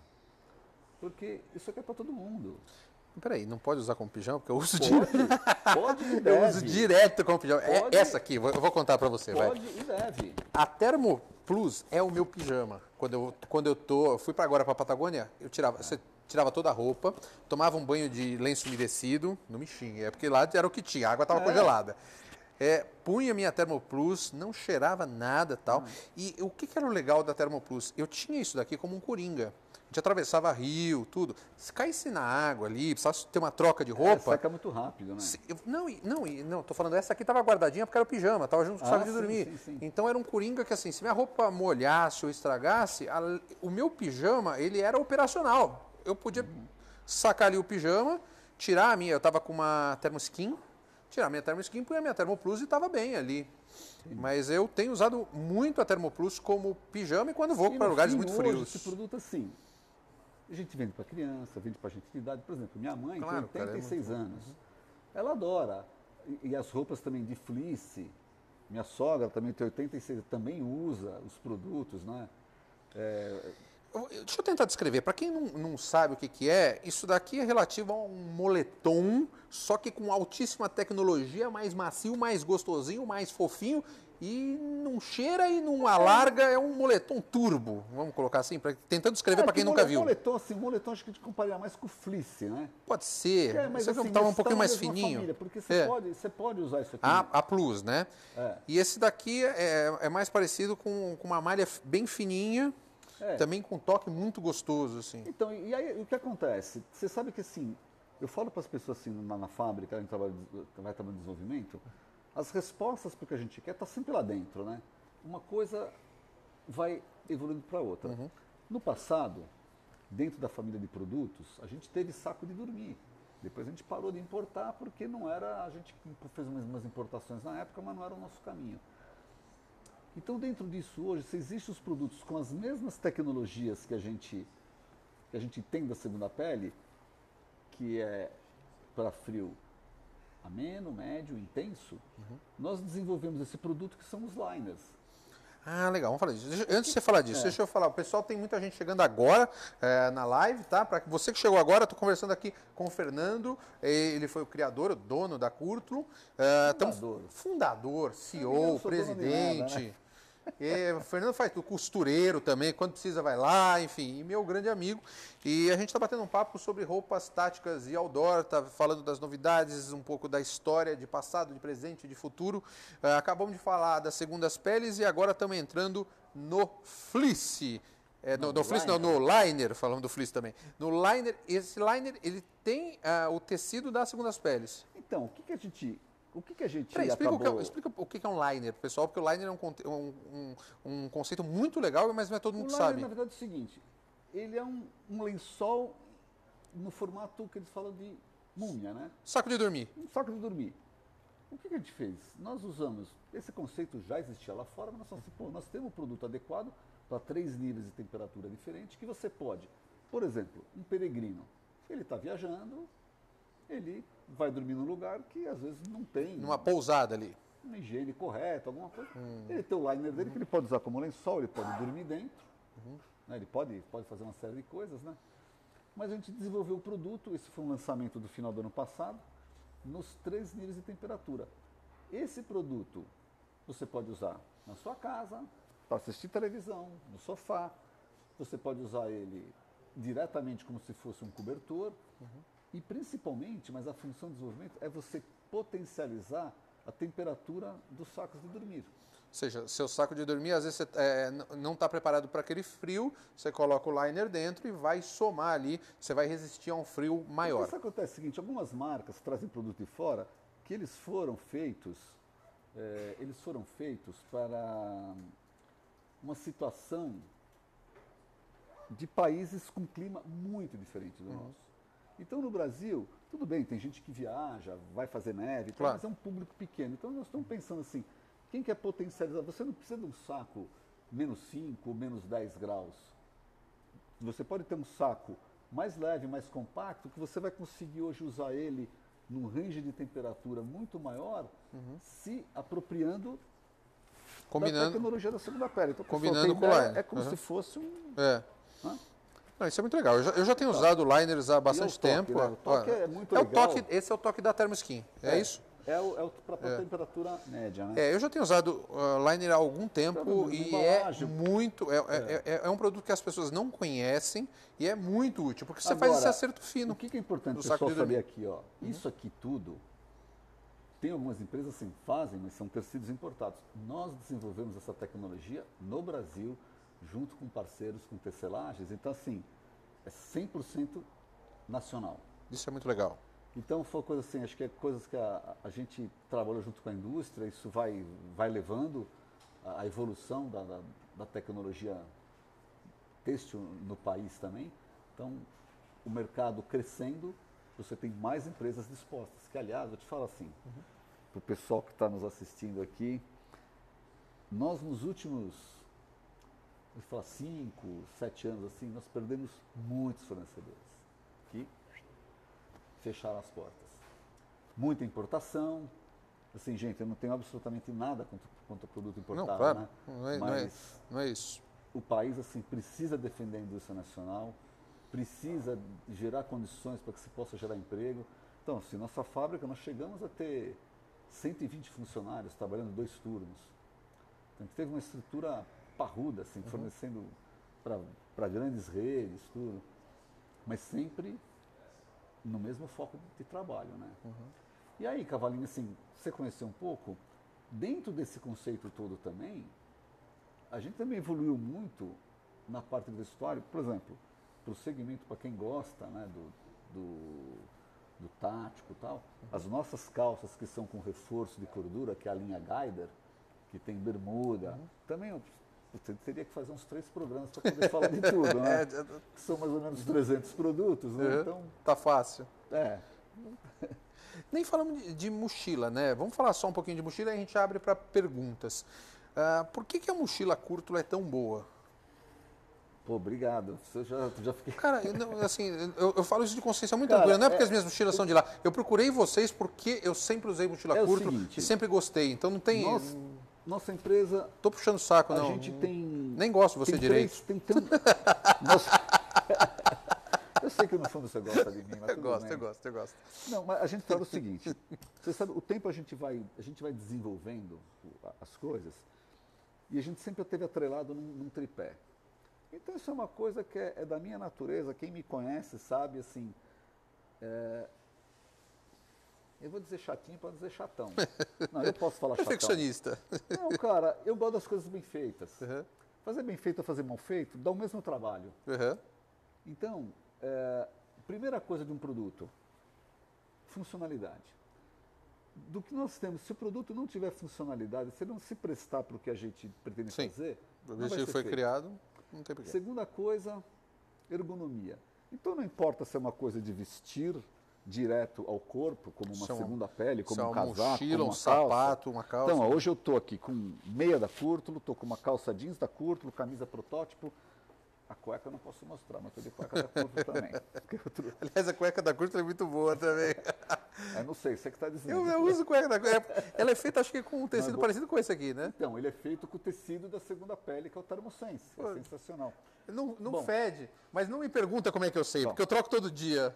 Porque isso aqui é para todo mundo. Peraí, não pode usar como pijama? Porque eu uso pode, direto. Pode e deve. Eu uso direto como pijama. Pode, é essa aqui, eu vou contar para você. Pode vai. e deve. A Thermo Plus é o meu pijama. Quando eu, quando eu tô, eu fui para agora para a Patagônia, eu tirava, você tirava toda a roupa, tomava um banho de lenço umedecido, não me xingue, é porque lá era o que tinha, a água estava é. congelada. É, punha minha Thermoplus, não cheirava nada e tal. Hum. E o que, que era o legal da Thermoplus? Eu tinha isso daqui como um coringa. A gente atravessava rio, tudo. Se caísse na água ali, precisasse ter uma troca de roupa... É, seca muito rápido, né? Se, eu, não, não, não, tô falando, essa aqui estava guardadinha porque era o pijama, estava junto com o saco de dormir. Sim, sim, sim. Então era um coringa que assim, se minha roupa molhasse ou estragasse, a, o meu pijama, ele era operacional. Eu podia uhum. sacar ali o pijama, tirar a minha, eu estava com uma Thermoskin, tirar a minha Thermoskin, põe a minha Thermoplus e estava bem ali. Sim. Mas eu tenho usado muito a Thermoplus como pijama e quando vou para lugares muito hoje, frios. Esse produto assim, a gente vende para criança, vende para gente de idade. Por exemplo, minha mãe claro, tem oitenta e seis cara, é muito... anos. Ela adora. E, e as roupas também de fleece, minha sogra também tem oitenta e seis, também usa os produtos, né? É, Eu- eu- Deixa eu tentar descrever. Para quem não, não sabe o que, que é, isso daqui é relativo a um moletom, só que com altíssima tecnologia, mais macio, mais gostosinho, mais fofinho e não cheira e não alarga. É um moletom turbo, vamos colocar assim, pra, tentando descrever para quem nunca viu. Moletom, assim, moletom acho que a gente comparia mais com o fleece, né? Pode ser. É, mas Você assim, tava um eles pouquinho estão mais na mesma fininho. família, porque você, É. pode, você pode usar isso aqui. A, a Plus, né? É. E esse daqui é, é mais parecido com, com uma malha bem fininha, É. também com um toque muito gostoso, assim. Então, e aí o que acontece? Você sabe que assim, eu falo para as pessoas assim na, na fábrica, a gente trabalha, vai trabalhando em desenvolvimento, as respostas para o que a gente quer tá sempre lá dentro, né? Uma coisa vai evoluindo para outra. Uhum. No passado, dentro da família de produtos, a gente teve saco de dormir. Depois a gente parou de importar porque não era, a gente fez umas, umas importações na época, mas não era o nosso caminho. Então, dentro disso hoje, se existem os produtos com as mesmas tecnologias que a gente, que a gente tem da segunda pele, que é para frio ameno, médio, intenso, Uhum. nós desenvolvemos esse produto que são os liners. Ah, legal, vamos falar disso. Deixa- antes de você falar disso, deixa eu falar. O pessoal tem muita gente chegando agora é, na live, tá? Para você que chegou agora, estou conversando aqui com o Fernando. Ele foi o criador, o dono da Curtulo. É, tamo- Fundador. fundador, C E Eu O, não sou dono de presidente. nada, né? É, o Fernando faz tudo, costureiro também, quando precisa vai lá, enfim, e meu grande amigo. E a gente está batendo um papo sobre roupas táticas e outdoor, tá falando das novidades, um pouco da história de passado, de presente, de futuro. Ah, acabamos de falar das segundas peles e agora estamos entrando no fleece. É, no, Não, no no fleece, não, no liner, falando do fleece também. No liner, esse liner, ele tem ah, o tecido das segundas peles. Então, o que, que a gente, o que, que a gente Peraí, explica, acabou... o que, é- explica o que é um liner, pessoal, porque o liner é um, conte- um, um- um conceito muito legal, mas não é todo O mundo liner, sabe. na verdade, é o seguinte, ele é um, um lençol no formato que eles falam de múmia, né? Saco de dormir. Um saco de dormir. O que, que a gente fez? Nós usamos, esse conceito já existia lá fora, mas nós, falamos assim, pô, nós temos um produto adequado para três níveis de temperatura diferentes que você pode, por exemplo, um peregrino, ele está viajando, ele vai dormir num lugar que às vezes não tem Numa pousada ali. uma higiene correta, alguma coisa. Ele tem o liner dele que ele pode usar como lençol, ele pode dormir dentro, né? Ele pode, pode fazer uma série de coisas, né? Mas a gente desenvolveu o produto, esse foi um lançamento do final do ano passado, nos três níveis de temperatura. Esse produto você pode usar na sua casa, para assistir televisão, no sofá, você pode usar ele diretamente como se fosse um cobertor, e principalmente, mas a função do desenvolvimento é você potencializar a temperatura dos sacos de dormir. Ou seja, seu saco de dormir, às vezes você é, n- não está preparado para aquele frio, você coloca o liner dentro e vai somar ali, você vai resistir a um frio Porque maior. isso acontece o seguinte, algumas marcas trazem produto de fora que eles foram feitos, eh, eles foram feitos para uma situação de países com clima muito diferente do nosso. Então no Brasil, tudo bem, tem gente que viaja, vai fazer neve, e tal, Claro. mas é um público pequeno. Então nós estamos pensando assim, quem quer potencializar? Você não precisa de um saco menos cinco, menos dez graus. Você pode ter um saco mais leve, mais compacto, que você vai conseguir hoje usar ele num range de temperatura muito maior, se apropriando da Combinando. tecnologia da segunda pele. Então, pessoal, Combinando tem com o ideia, liner. é como Uhum. se fosse um... É. Hã? Não, isso é muito legal. Eu já, eu já tenho usado liners há bastante toque, tempo. né? O toque Ó, é muito o legal. toque, esse é o toque da Thermoskin, é, isso? É, o, é o para temperatura média, né? É, eu já tenho usado uh, liner há algum tempo Tá, e embalagem. é muito. É, é, é- é um produto que as pessoas não conhecem e é muito útil, porque você faz esse Agora, acerto fino. O que, que é importante do o saco pessoal de saber dormir. aqui, ó? Isso aqui tudo, tem algumas empresas assim, fazem, mas são tecidos importados. Nós desenvolvemos essa tecnologia no Brasil, junto com parceiros, com tecelagens. Então, assim, é cem por cento nacional. Isso é muito legal. Então, foi coisa assim, acho que é coisas que a, a gente trabalhou junto com a indústria, isso vai, vai levando a, a evolução da, da, da tecnologia têxtil no país também. Então, o mercado crescendo, você tem mais empresas dispostas. Que, aliás, eu te falo assim, para o pessoal que está nos assistindo aqui, nós nos últimos, vou falar, cinco, sete anos, assim, nós perdemos muitos fornecedores que fecharam as portas. Muita importação. Assim, gente, eu não tenho absolutamente nada contra, contra produto importado, Não, claro, né? não, é, Mas não, é, não é isso. O país assim precisa defender a indústria nacional, precisa gerar condições para que se possa gerar emprego. Então, assim, nossa fábrica, nós chegamos a ter cento e vinte funcionários trabalhando dois turnos. Então, a gente teve uma estrutura parruda, assim, uhum. fornecendo para grandes redes, tudo, mas sempre no mesmo foco de trabalho, né? Uhum. E aí, Cavalinho, assim, você conheceu um pouco, dentro desse conceito todo também, a gente também evoluiu muito na parte do vestuário, por exemplo, para o segmento, para quem gosta, né, do, do, do tático e tal, uhum. as nossas calças que são com reforço de cordura, que é a linha Gaider, que tem bermuda, uhum. também você teria que fazer uns três programas para poder falar de tudo, né? São mais ou menos trezentos produtos, né? Uhum. Então, tá fácil. É. Nem falamos de, de mochila, né? Vamos falar só um pouquinho de mochila e a gente abre para perguntas. Uh, por que, que a mochila Courtula é tão boa? Pô, obrigado. Você já, já fiquei... Cara, eu, não, assim, eu, eu falo isso de consciência muito tranquila. Não é porque é, as minhas mochilas eu... são de lá. Eu procurei vocês porque eu sempre usei mochila é Courtula e sempre gostei. Então não tem... Nossa, nossa empresa... Tô puxando o saco, a não. A gente tem... Nem gosto de você tem direito. Três, tem tem... Nossa... Eu sei que no fundo você gosta de mim, mas eu tudo gosto, bem. eu gosto, eu gosto. Não, mas a gente fala o seguinte, você sabe, o tempo a gente vai, a gente vai desenvolvendo as coisas e a gente sempre teve atrelado num, num tripé. Então isso é uma coisa que é, é da minha natureza, quem me conhece sabe, assim, é, eu vou dizer chatinho para dizer chatão. Não, eu posso falar chatão. Perfeccionista. Não, cara, eu gosto das coisas bem feitas. Uhum. Fazer bem feito ou fazer mal feito dá o mesmo trabalho. Uhum. Então, é, primeira coisa de um produto, funcionalidade. Do que nós temos, se o produto não tiver funcionalidade, se não se prestar para o que a gente pretende Sim. fazer, o objetivo foi feito. criado, não tem porquê. Segunda coisa, ergonomia. Então não importa se é uma coisa de vestir direto ao corpo, como uma se segunda uma, pele, como um uma casaco, mochila, como uma um sapato, calça. uma calça. Então, ó, hoje eu estou aqui com meia da Courtula, estou com uma calça jeans da Courtula, camisa protótipo. A cueca eu não posso mostrar, mas estou de cueca da Courtula também. Outro... Aliás, a cueca da Courtula é muito boa também. Eu não sei, você que está dizendo. Eu, eu uso cueca da Courtula. Ela é feita, acho que com um tecido não, parecido com esse aqui, né? Então, ele é feito com o tecido da segunda pele, que é o Thermosense. É Pô, sensacional. Não, não Bom, fede, mas não me pergunta como é que eu sei, bom, porque eu troco todo dia.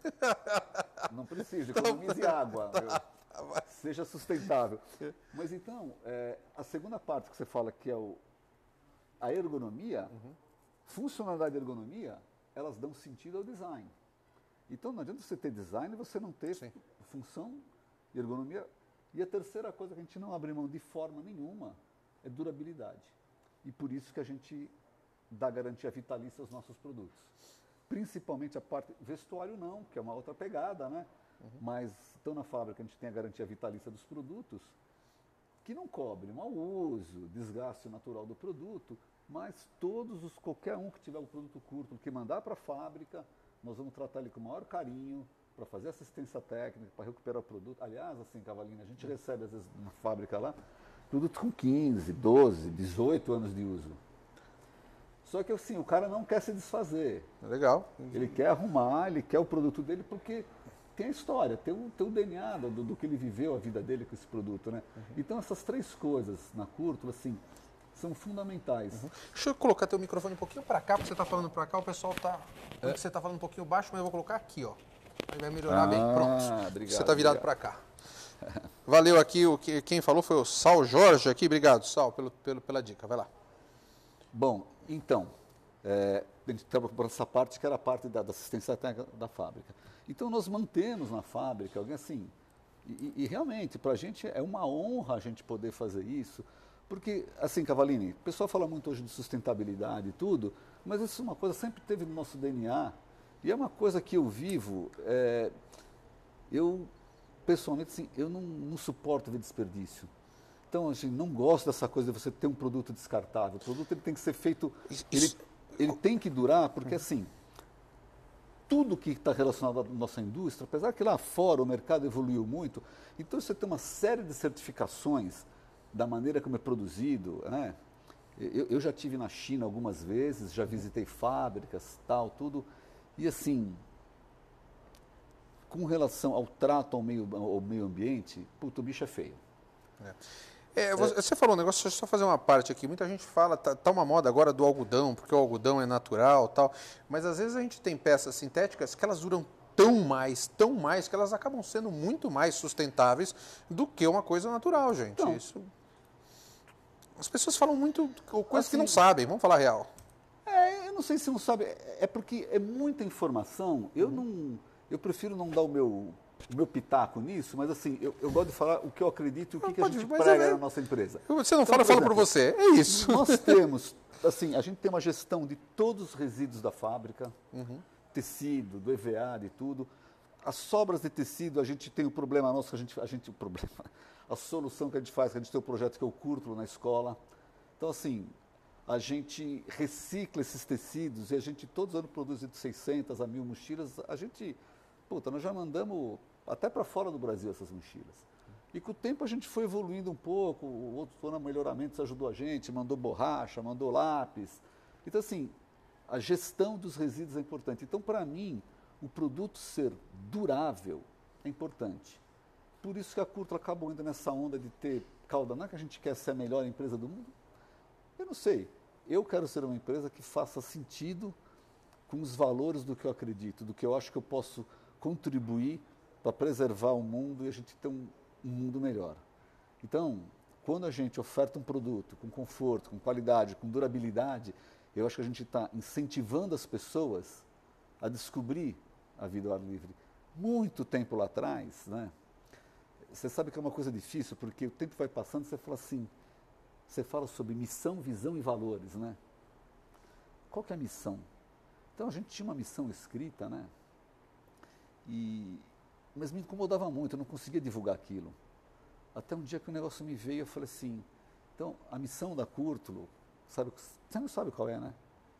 Não precisa, economize água. Tá, seja sustentável. Mas então, é, a segunda parte que você fala, que é o, a ergonomia, uhum. funcionalidade e ergonomia, elas dão sentido ao design. Então não adianta você ter design e você não ter Sim. função e ergonomia. E a terceira coisa que a gente não abre mão de forma nenhuma é durabilidade. E por isso que a gente dá garantia vitalícia aos nossos produtos. Principalmente a parte vestuário não, que é uma outra pegada, né? Uhum. Mas então na fábrica a gente tem a garantia vitalícia dos produtos, que não cobre mau uso, desgaste natural do produto, mas todos os, qualquer um que tiver o produto curto, que mandar para a fábrica, nós vamos tratar ele com o maior carinho, para fazer assistência técnica, para recuperar o produto. Aliás, assim, Cavalinho, a gente recebe às vezes na fábrica lá, produto com quinze, doze, dezoito anos de uso. Só que assim, o cara não quer se desfazer. Legal. Ele quer arrumar, ele quer o produto dele porque tem a história, tem o, tem o D N A do, do que ele viveu a vida dele com esse produto, né? Uhum. Então essas três coisas na Courtula, assim, são fundamentais. Uhum. Deixa eu colocar teu microfone um pouquinho para cá, porque você está falando para cá, o pessoal está... É. Você está falando um pouquinho baixo, mas eu vou colocar aqui, ó. Aí vai melhorar ah, bem. Pronto. Obrigado, você está virado para cá. Valeu aqui, o que, quem falou foi o Sal Jorge aqui. Obrigado, Sal, pelo, pelo, pela dica. Vai lá. Bom, então, é, a gente estava por essa parte que era a parte da, da assistência técnica da fábrica. Então nós mantemos na fábrica alguém assim, e, e realmente para a gente é uma honra a gente poder fazer isso, porque assim, Cavallini, o pessoal fala muito hoje de sustentabilidade e tudo, mas isso é uma coisa que sempre teve no nosso D N A, e é uma coisa que eu vivo, é, eu pessoalmente assim, eu não, não suporto ver desperdício. Então, assim, não gosto dessa coisa de você ter um produto descartável. O produto ele tem que ser feito, ele, ele tem que durar, porque assim, tudo que está relacionado à nossa indústria, apesar que lá fora o mercado evoluiu muito, então você tem uma série de certificações da maneira como é produzido, né? Eu, eu já tive na China algumas vezes, já visitei fábricas, tal, tudo, e assim, com relação ao trato ao meio, ao meio ambiente, puto, o bicho é feio. É. É, você, você falou um negócio, deixa eu só fazer uma parte aqui. Muita gente fala, tá, tá uma moda agora do algodão, porque o algodão é natural e tal. Mas às vezes a gente tem peças sintéticas que elas duram tão mais, tão mais, que elas acabam sendo muito mais sustentáveis do que uma coisa natural, gente. Então, Isso... As pessoas falam muito coisas assim, que não sabem, vamos falar real. É, eu não sei se não sabe, é porque é muita informação. Eu não, eu prefiro não dar o meu, o meu pitaco nisso, mas assim, eu, eu gosto de falar o que eu acredito e o que, que a Pode, gente mas prega é- na nossa empresa. Você não Então, fala, eu por falo por exemplo, você. É isso. Nós temos, assim, a gente tem uma gestão de todos os resíduos da fábrica, tecido, do E V A, de tudo. As sobras de tecido, a gente tem o problema nosso, que a gente, a gente, o problema, a solução que a gente faz, que a gente tem o projeto que é o Cúrtulo na escola. Então, assim, a gente recicla esses tecidos e a gente todos os anos produz de seiscentas a mil mochilas. A gente, puta, nós já mandamos até para fora do Brasil essas mochilas. E com o tempo a gente foi evoluindo um pouco, o outro Tona Melhoramentos ajudou a gente, mandou borracha, mandou lápis. Então, assim, a gestão dos resíduos é importante. Então, para mim, o produto ser durável é importante. Por isso que a Cúrtulo acabou indo nessa onda de ter cauda. Não é que a gente quer ser a melhor empresa do mundo? Eu não sei. Eu quero ser uma empresa que faça sentido com os valores do que eu acredito, do que eu acho que eu posso contribuir para preservar o mundo e a gente ter um, um mundo melhor. Então, quando a gente oferta um produto com conforto, com qualidade, com durabilidade, eu acho que a gente está incentivando as pessoas a descobrir a vida ao ar livre. Muito tempo lá atrás, né? Você sabe que é uma coisa difícil, porque o tempo vai passando e você fala assim, você fala sobre missão, visão e valores, né? Qual que é a missão? Então a gente tinha uma missão escrita, né? E, mas me incomodava muito, eu não conseguia divulgar aquilo. Até um dia que o negócio me veio, eu falei assim, então a missão da Cúrtulo, sabe, você não sabe qual é, né?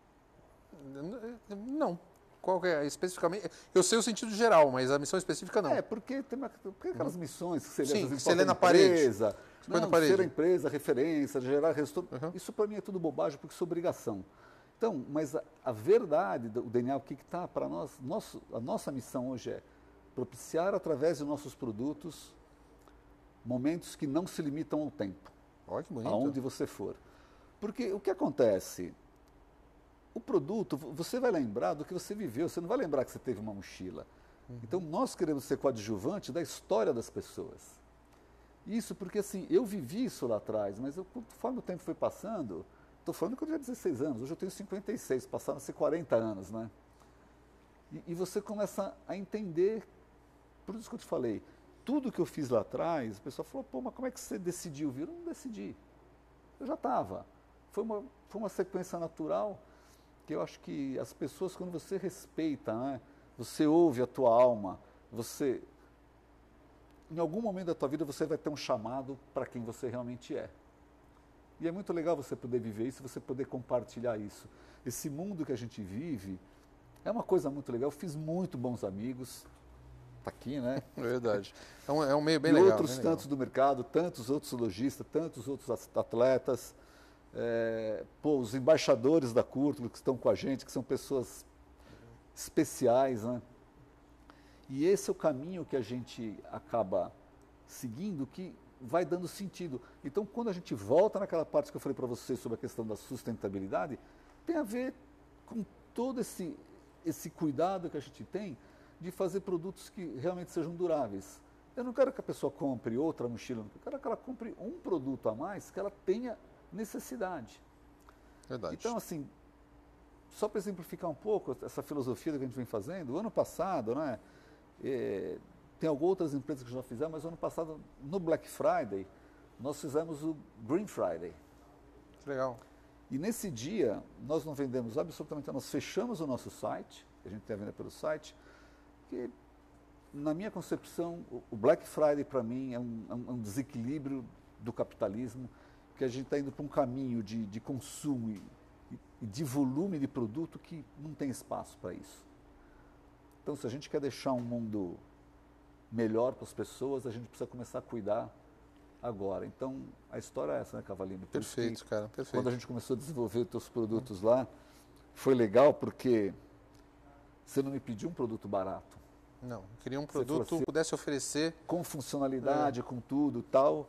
Não. Qual que é especificamente? Eu sei o sentido geral, mas a missão específica não. É, porque tem uma, porque aquelas missões que você lê, Sim, às vezes, que você lê na empresa, parede. Põe na não, parede. ser a empresa, referência, gerar resultado. Uhum. Isso para mim é tudo bobagem, porque isso é obrigação. Então, mas a, a verdade, do, o D N A, o que está para nós, nosso, a nossa missão hoje é propiciar através de nossos produtos momentos que não se limitam ao tempo, Olha que bonito. aonde você for. Porque o que acontece? O produto, você vai lembrar do que você viveu, você não vai lembrar que você teve uma mochila. Uhum. Então, nós queremos ser coadjuvante da história das pessoas. Isso porque, assim, eu vivi isso lá atrás, mas eu, conforme o tempo foi passando, estou falando que eu tinha dezesseis anos, hoje eu tenho cinquenta e seis, passaram a ser quarenta anos, né? E, e você começa a entender, por isso que eu te falei, tudo que eu fiz lá atrás, o pessoal falou, pô, mas como é que você decidiu vir? Eu não decidi, eu já estava. Foi uma, foi uma sequência natural, que eu acho que as pessoas, quando você respeita, né, você ouve a tua alma, você, em algum momento da tua vida você vai ter um chamado para quem você realmente é. E é muito legal você poder viver isso, você poder compartilhar isso. Esse mundo que a gente vive é uma coisa muito legal, eu fiz muito bons amigos, tá aqui, né? É verdade. É um, é um meio bem e legal. outros bem tantos legal. do mercado, tantos outros lojistas, tantos outros atletas. É, pô, os embaixadores da Cúrtulo que estão com a gente, que são pessoas especiais, né? E esse é o caminho que a gente acaba seguindo, que vai dando sentido. Então, quando a gente volta naquela parte que eu falei para você sobre a questão da sustentabilidade, tem a ver com todo esse, esse cuidado que a gente tem de fazer produtos que realmente sejam duráveis. Eu não quero que a pessoa compre outra mochila, eu quero que ela compre um produto a mais que ela tenha necessidade. Verdade. Então, assim, só para exemplificar um pouco essa filosofia que a gente vem fazendo, o ano passado, né, é, tem algumas outras empresas que já fizeram, mas o ano passado, no Black Friday, nós fizemos o Green Friday. Que legal. E nesse dia, nós não vendemos absolutamente nada, nós fechamos o nosso site, a gente tem a venda pelo site, que, na minha concepção, o Black Friday, para mim, é um, é um desequilíbrio do capitalismo, que a gente está indo para um caminho de, de consumo e, e de volume de produto que não tem espaço para isso. Então, se a gente quer deixar um mundo melhor para as pessoas, a gente precisa começar a cuidar agora. Então, a história é essa, né, Cavalino? Por isso Perfeito, que, cara, perfeito. Quando a gente começou a desenvolver os teus produtos lá, foi legal porque você não me pediu um produto barato. Não, queria um Você falou produto assim, que pudesse oferecer... com funcionalidade, é. com tudo e tal.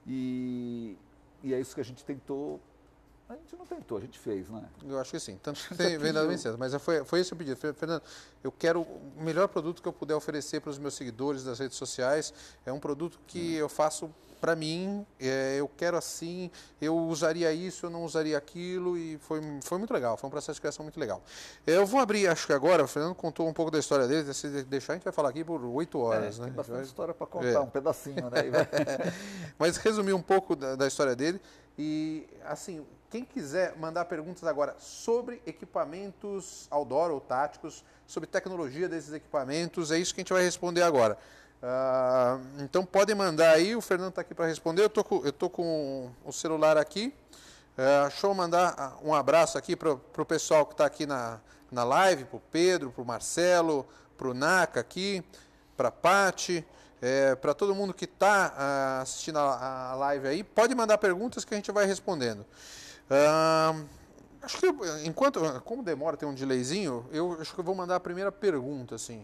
E, e é isso que a gente tentou. A gente não tentou, a gente fez, né? Eu acho que sim. Tanto que tem vendado bem cedo. Mas foi, foi esse o pedido. Fernando, eu quero o melhor produto que eu puder oferecer para os meus seguidores das redes sociais. É um produto que eu faço para mim, é, eu quero assim, eu usaria isso, eu não usaria aquilo, e foi, foi muito legal, foi um processo de criação muito legal. Eu vou abrir, acho que agora, o Fernando contou um pouco da história dele, se deixar a gente vai falar aqui por oito horas. É, né? Tem bastante vai... história para contar, é. um pedacinho, né? Mas resumir um pouco da, da história dele, e assim, quem quiser mandar perguntas agora sobre equipamentos outdoor ou táticos, sobre tecnologia desses equipamentos, é isso que a gente vai responder agora. Uh, então podem mandar aí, o Fernando está aqui para responder, eu tô com, eu tô com o celular aqui. Uh, deixa eu mandar um abraço aqui para o pessoal que está aqui na, na live, para o Pedro, para o Marcelo, para o Naka aqui, para a Paty, é, para todo mundo que está uh, assistindo a, a live aí. Pode mandar perguntas que a gente vai respondendo. Uh, acho que enquanto, como demora, tem um delayzinho, eu acho que eu vou mandar a primeira pergunta, assim.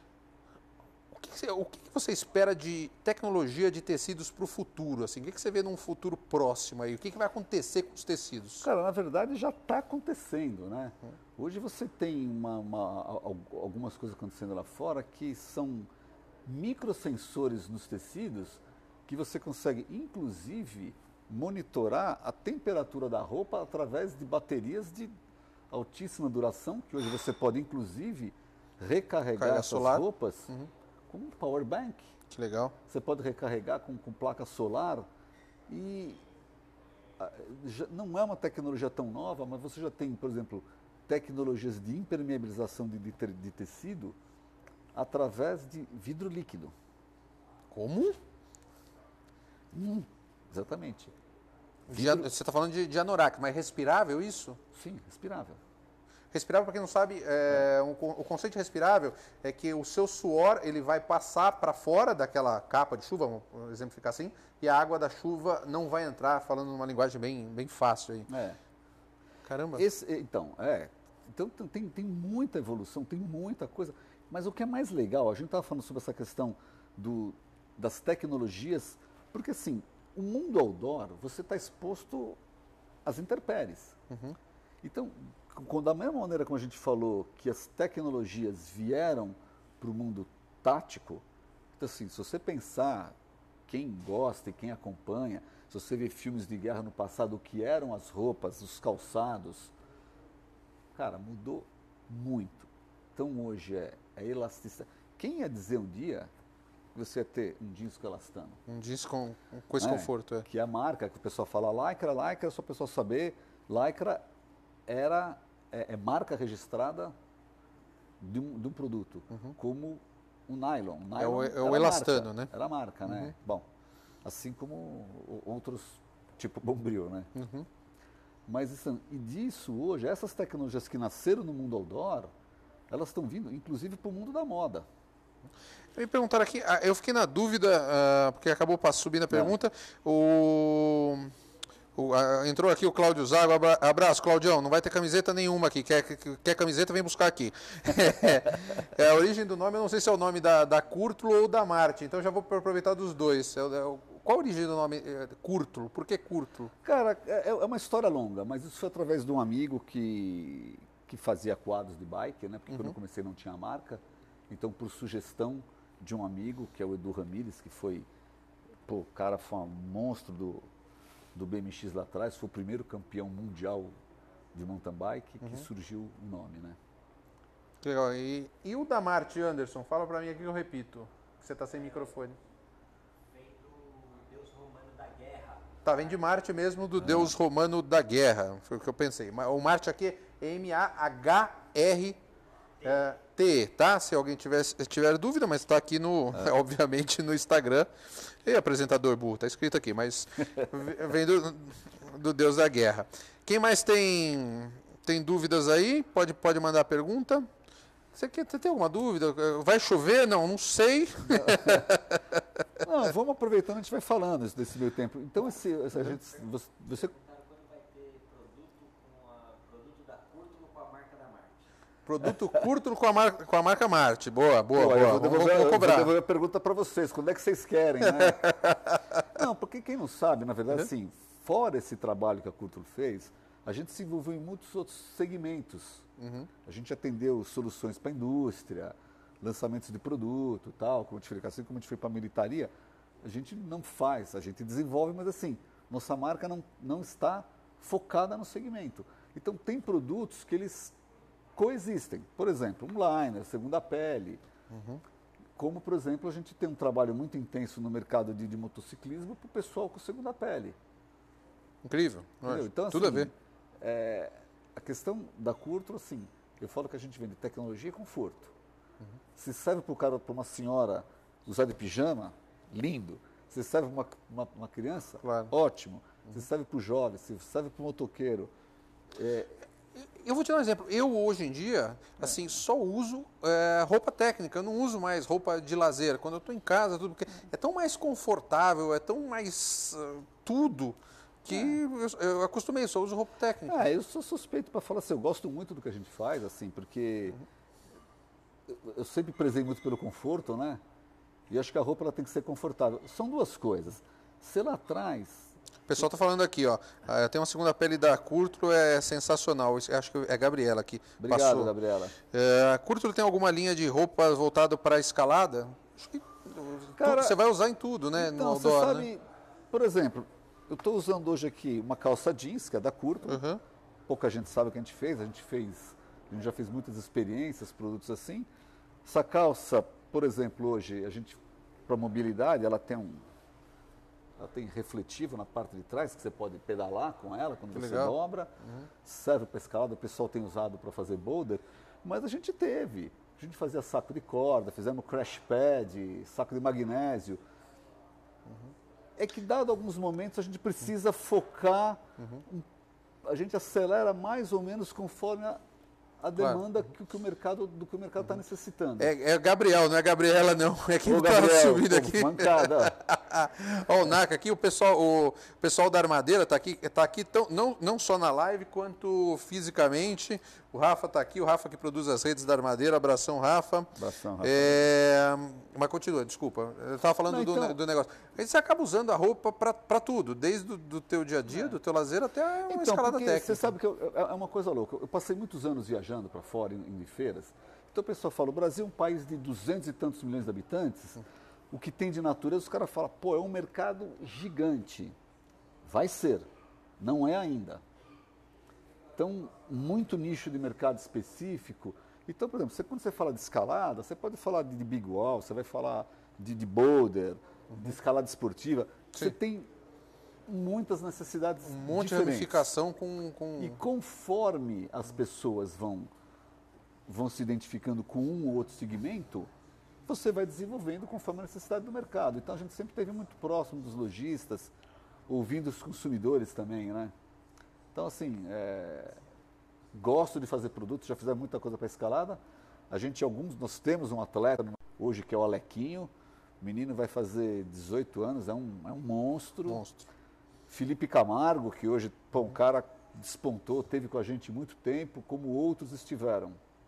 O que você espera de tecnologia de tecidos para o futuro? Assim? O que você vê num futuro próximo aí? O que vai acontecer com os tecidos? Cara, na verdade já está acontecendo, né? Hoje você tem uma, uma, algumas coisas acontecendo lá fora que são microsensores nos tecidos que você consegue, inclusive, monitorar a temperatura da roupa através de baterias de altíssima duração, que hoje você pode, inclusive, recarregar Carga essas solar. roupas. Uhum. Com um power bank. Que legal. Você pode recarregar com, com placa solar e a, já, não é uma tecnologia tão nova, mas você já tem, por exemplo, tecnologias de impermeabilização de, de, de tecido através de vidro líquido. Como? Hum, exatamente. Vidro... Você está falando de, de anorak, mas respirável isso? Sim, respirável. Respirável, para quem não sabe, é, o, o conceito de respirável é que o seu suor ele vai passar para fora daquela capa de chuva, vamos exemplificar assim, e a água da chuva não vai entrar, falando numa linguagem bem, bem fácil aí. É. Caramba. Esse, então, é. Então tem, tem muita evolução, tem muita coisa. Mas o que é mais legal, a gente estava falando sobre essa questão do, das tecnologias, porque assim, o mundo outdoor, você está exposto às intempéries. Uhum. Então, da mesma maneira como a gente falou que as tecnologias vieram para o mundo tático, então assim, se você pensar, quem gosta e quem acompanha, se você vê filmes de guerra no passado, o que eram as roupas, os calçados, cara, mudou muito. Então hoje é, é elasticidade. Quem ia dizer um dia que você ia ter um jeans com elastano? Um jeans com, com esse é, conforto, é. Que é a marca, que o pessoal fala lycra, lycra, só o pessoal saber, lycra era, é, é marca registrada de um, de um produto, uhum. como o nylon. O nylon é o, é o elastano, marca, né? Era marca, né? Uhum. Bom, assim como outros, tipo Bombril, né? Uhum. Mas isso, e disso hoje, essas tecnologias que nasceram no mundo outdoor, elas estão vindo, inclusive, para o mundo da moda. Me perguntaram aqui, eu fiquei na dúvida, uh, porque acabou subindo a pergunta, é. o... O, a, entrou aqui o Cláudio Zago, abra, abraço Claudião, não vai ter camiseta nenhuma aqui, quer, quer camiseta vem buscar aqui. É, a origem do nome, eu não sei se é o nome da, da Curtulo ou da Marte, então já vou aproveitar dos dois. É, é, qual a origem do nome é, Curtulo? Por que Curtulo? Cara, é, é uma história longa, mas isso foi através de um amigo que, que fazia quadros de bike, né? Porque uhum. quando eu comecei não tinha marca, então por sugestão de um amigo, que é o Edu Ramírez, que foi, pô, o cara foi um monstro do... do B M X lá atrás, foi o primeiro campeão mundial de mountain bike, uhum. que surgiu o nome, né? Legal. E, e o da Marte, Anderson? Fala pra mim aqui que eu repito, que você tá sem microfone. Vem do deus romano da guerra. Tá, vem de Marte mesmo, do ah. deus romano da guerra, foi o que eu pensei. O Marte aqui é M A H R T, tá? Se alguém tiver, tiver dúvida, mas está aqui, no, é. obviamente, no Instagram. E apresentador burro, tá escrito aqui, mas vem do, do Deus da Guerra. Quem mais tem, tem dúvidas aí? Pode, pode mandar pergunta. Você, quer, você tem alguma dúvida? Vai chover? Não, não sei. Não, vamos aproveitando, a gente vai falando isso desse meio tempo. Então, esse, essa gente, você... você... Produto curto com a marca, com a marca Marte. Boa, boa, Pô, boa. Eu vou devolver, vamos, vamos cobrar. Eu vou devolver a pergunta para vocês. Quando é que vocês querem, né? Não, porque quem não sabe, na verdade, Uhum. assim, fora esse trabalho que a Culture fez, a gente se envolveu em muitos outros segmentos. Uhum. A gente atendeu soluções para a indústria, lançamentos de produto, tal, como a gente fez, assim como a gente foi para a militaria, a gente não faz, a gente desenvolve, mas assim, nossa marca não, não está focada no segmento. Então tem produtos que eles coexistem. Por exemplo, um liner, segunda pele. Uhum. Como, por exemplo, a gente tem um trabalho muito intenso no mercado de, de motociclismo para o pessoal com segunda pele. Incrível. Entendeu? Então, Tudo assim, a ver. é, a questão da Curto, assim, eu falo que a gente vende tecnologia e conforto. Uhum. Se serve para o cara, para uma senhora usar de pijama, lindo. Se serve para uma, uma, uma criança, Claro. ótimo. Uhum. Se serve para o jovem, se serve para o motoqueiro. É, Eu vou te dar um exemplo. Eu, hoje em dia, assim, só uso é, roupa técnica. Eu não uso mais roupa de lazer. Quando eu estou em casa, tudo, porque é tão mais confortável, é tão mais uh, tudo, que eu, eu acostumei, só uso roupa técnica. Ah, eu sou suspeito para falar assim, eu gosto muito do que a gente faz, assim, porque eu, eu sempre prezei muito pelo conforto, né? E acho que a roupa ela tem que ser confortável. São duas coisas. Se lá atrás, O pessoal está falando aqui, ó. ah, Tem uma segunda pele da Curtro, é sensacional. Isso- Acho que é a Gabriela aqui. obrigado, passou. Gabriela. É, a Curtro tem alguma linha de roupas voltada para a escalada? Acho que Cara, tu- você vai usar em tudo, né? Então, no você outdoor, sabe, né? por exemplo, eu estou usando hoje aqui uma calça jeans, que é da Curto. Uhum. Pouca gente sabe o que a gente fez, a gente fez, a gente já fez muitas experiências, produtos assim. Essa calça, por exemplo, hoje, a gente, para mobilidade, ela tem um, ela tem refletivo na parte de trás, que você pode pedalar com ela quando Que você legal. dobra. Serve para escalada, o pessoal tem usado para fazer boulder, mas a gente teve. A gente fazia saco de corda, fizemos crash pad, saco de magnésio. É que, dado alguns momentos, a gente precisa focar, um- a gente acelera mais ou menos conforme a, a Claro. demanda que, que o mercado, do que o mercado está necessitando. É, é Gabriel, não é Gabriela, não. É quem Ô, está Gabriel, subindo pô, aqui. mancada, ó. Ó, o Naka aqui, o pessoal, o pessoal da Armadeira está aqui, tá aqui tão, não, não só na live, quanto fisicamente. O Rafa está aqui, o Rafa que produz as redes da Armadeira. Abração, Rafa. Abração, Rafa. É, mas continua, desculpa. Eu estava falando Não, do, então- ne- do negócio. Aí você acaba usando a roupa para tudo, desde o do teu dia a dia, do teu lazer, até uma Então, escalada porque técnica. você sabe que eu- é é uma coisa louca. Eu passei muitos anos viajando para fora, em, em feiras. Então o pessoal fala, o Brasil é um país de duzentos e tantos milhões de habitantes. O que tem de natureza, os caras falam, pô, é um mercado gigante. Vai ser. Não é ainda. Então, muito nicho de mercado específico. Então, por exemplo, você, quando você fala de escalada, você pode falar de, de big wall, você vai falar de, de boulder, de escalada esportiva. Você Sim. tem muitas necessidades Um monte de diferentes. ramificação com... com... E conforme as pessoas vão, vão se identificando com um ou outro segmento, você vai desenvolvendo conforme a necessidade do mercado. Então a gente sempre esteve muito próximo dos lojistas, ouvindo os consumidores também, né? Então assim, é, gosto de fazer produtos, já fizemos muita coisa para escalada. A gente, alguns, nós temos um atleta hoje que é o Alequinho, o menino vai fazer dezoito anos, é um, é um monstro. Monstro. Felipe Camargo, que hoje, pô, um cara despontou, teve com a gente muito tempo, como outros estiveram.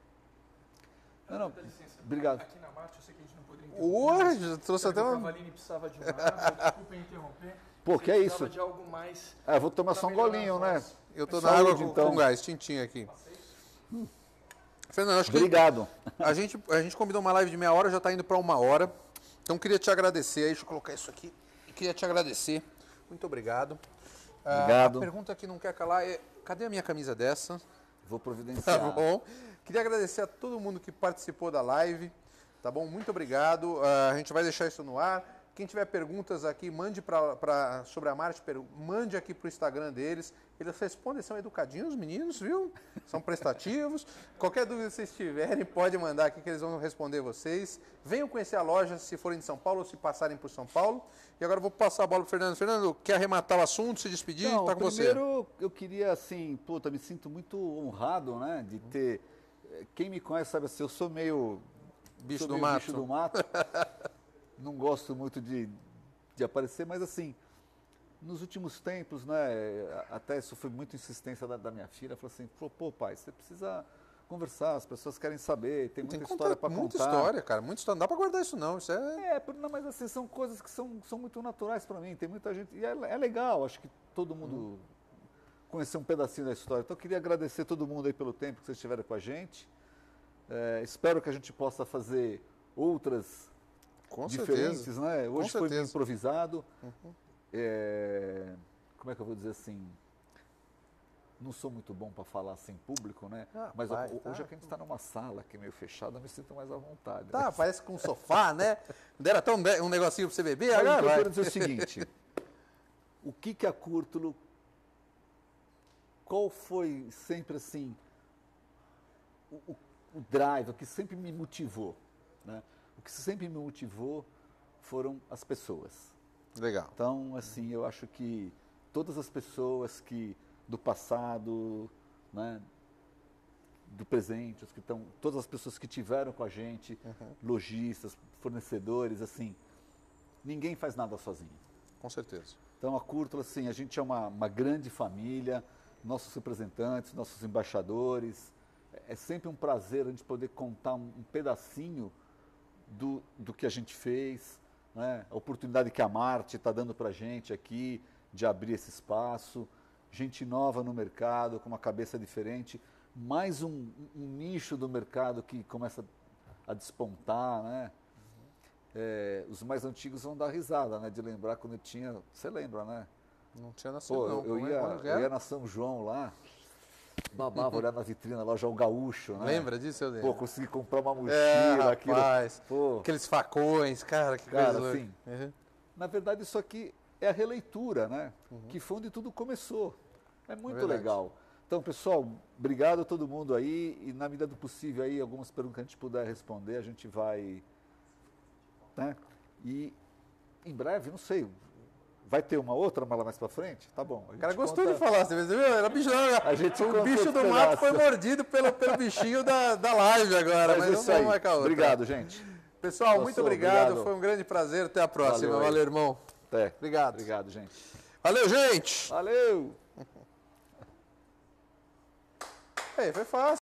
Não, não, Dá licença. obrigado. Aqui na Marte, eu sei que a gente não poderia interromper. Hoje, mas trouxe porque até O uma... Cavalini precisava de uma água, desculpem interromper. Pô, que é Precisava isso? de algo mais. Ah, vou tomar pra só um melhorar golinho, a né? voz. Eu tô Saúde, na água com, então. com gás, tintim aqui. Fernando, acho que Obrigado. a gente, a gente combinou uma live de meia hora, já está indo para uma hora. Então queria te agradecer aí, deixa eu colocar isso aqui. Queria te agradecer. Muito obrigado. Ah, Obrigado. a pergunta que não quer calar é: cadê a minha camisa dessa? Vou Tá providenciar. bom? Queria agradecer a todo mundo que participou da live. Tá bom? Muito obrigado. Ah, a gente vai deixar isso no ar. Quem tiver perguntas aqui, mande pra, pra, sobre a Marte, per- mande aqui para o Instagram deles. Eles respondem, são educadinhos, os meninos, viu? São prestativos. Qualquer dúvida que vocês tiverem, pode mandar aqui que eles vão responder vocês. Venham conhecer a loja se forem de São Paulo ou se passarem por São Paulo. E agora eu vou passar a bola para o Fernando. Fernando, quer arrematar o assunto, se despedir? Não, Tá com você. primeiro eu queria, assim, puta, me sinto muito honrado, né, de ter... Quem me conhece sabe assim, eu sou meio... Bicho sou do meio mato. bicho do mato. Não gosto muito de, de aparecer, mas assim, nos últimos tempos, né, até isso foi muita insistência da, da minha filha, falou assim, pô, pô, pai, você precisa conversar, as pessoas querem saber, tem muita Tem história para contar. Muita história, cara, muita história. Não dá para guardar isso não, isso é... É, por- não, mas assim, são coisas que são, são muito naturais para mim, tem muita gente, e é, é legal, acho que todo mundo Uhum. conhecer um pedacinho da história. Então eu queria agradecer todo mundo aí pelo tempo que vocês estiveram com a gente. É, espero que a gente possa fazer outras Com diferentes, certeza. né? Hoje Com foi meio certeza. improvisado. É, como é que eu vou dizer assim? Não sou muito bom para falar assim em público, né? Ah, Mas vai, ho- tá. hoje aqui a gente está numa sala que é meio fechada, eu me sinto mais à vontade. Tá, né? parece com um sofá, né? Deram até um, de- um negocinho para você beber, Mas o agora que eu vai. quero dizer é o seguinte, o que que a Curtulo, qual foi sempre assim, o, o- o drive, o que sempre me motivou, né? O que sempre me motivou foram as pessoas. Legal. Então, assim, eu acho que todas as pessoas que do passado, né, do presente, os que estão, todas as pessoas que tiveram com a gente, lojistas, fornecedores, assim, ninguém faz nada sozinho. Com certeza. Então, a Curtulo, assim, a gente é uma, uma grande família, nossos representantes, nossos embaixadores. É sempre um prazer a gente poder contar um, um pedacinho do, do que a gente fez, né? A oportunidade que a Marte está dando para a gente aqui de abrir esse espaço, gente nova no mercado, com uma cabeça diferente, mais um, um nicho do mercado que começa a despontar, né? É, os mais antigos vão dar risada, né? De lembrar quando eu tinha, você lembra, né? Não tinha nascido, Pô, não. eu, eu Como é- ia, quando que eu é? ia na São João lá, babava olhar na vitrine lá, já o gaúcho, né? Lembra disso, eu lembro? Pô, consegui comprar uma mochila, É, aquilo. rapaz. Pô, Aqueles facões, cara, que Cara, coisa louca. assim, Uhum. na verdade isso aqui é a releitura, né? Que foi onde tudo começou. É muito verdade. legal. Então, pessoal, obrigado a todo mundo aí e na medida do possível aí, algumas perguntas que a gente puder responder, a gente vai, né? E em breve, não sei, vai ter uma outra mala mais pra frente? Tá bom. O cara gostou de falar, você viu? Era bicho, A gente o conta bicho outro do mato pedaço. foi mordido pelo, pelo bichinho da, da live agora, mas, Mas não isso aí. vamos marcar outra. Obrigado, gente. Pessoal, Passou, muito obrigado. obrigado. Foi um grande prazer. Até a próxima. Valeu aí. Valeu, irmão. Até. Obrigado. Obrigado, gente. Valeu, gente. Valeu! Ei, foi fácil.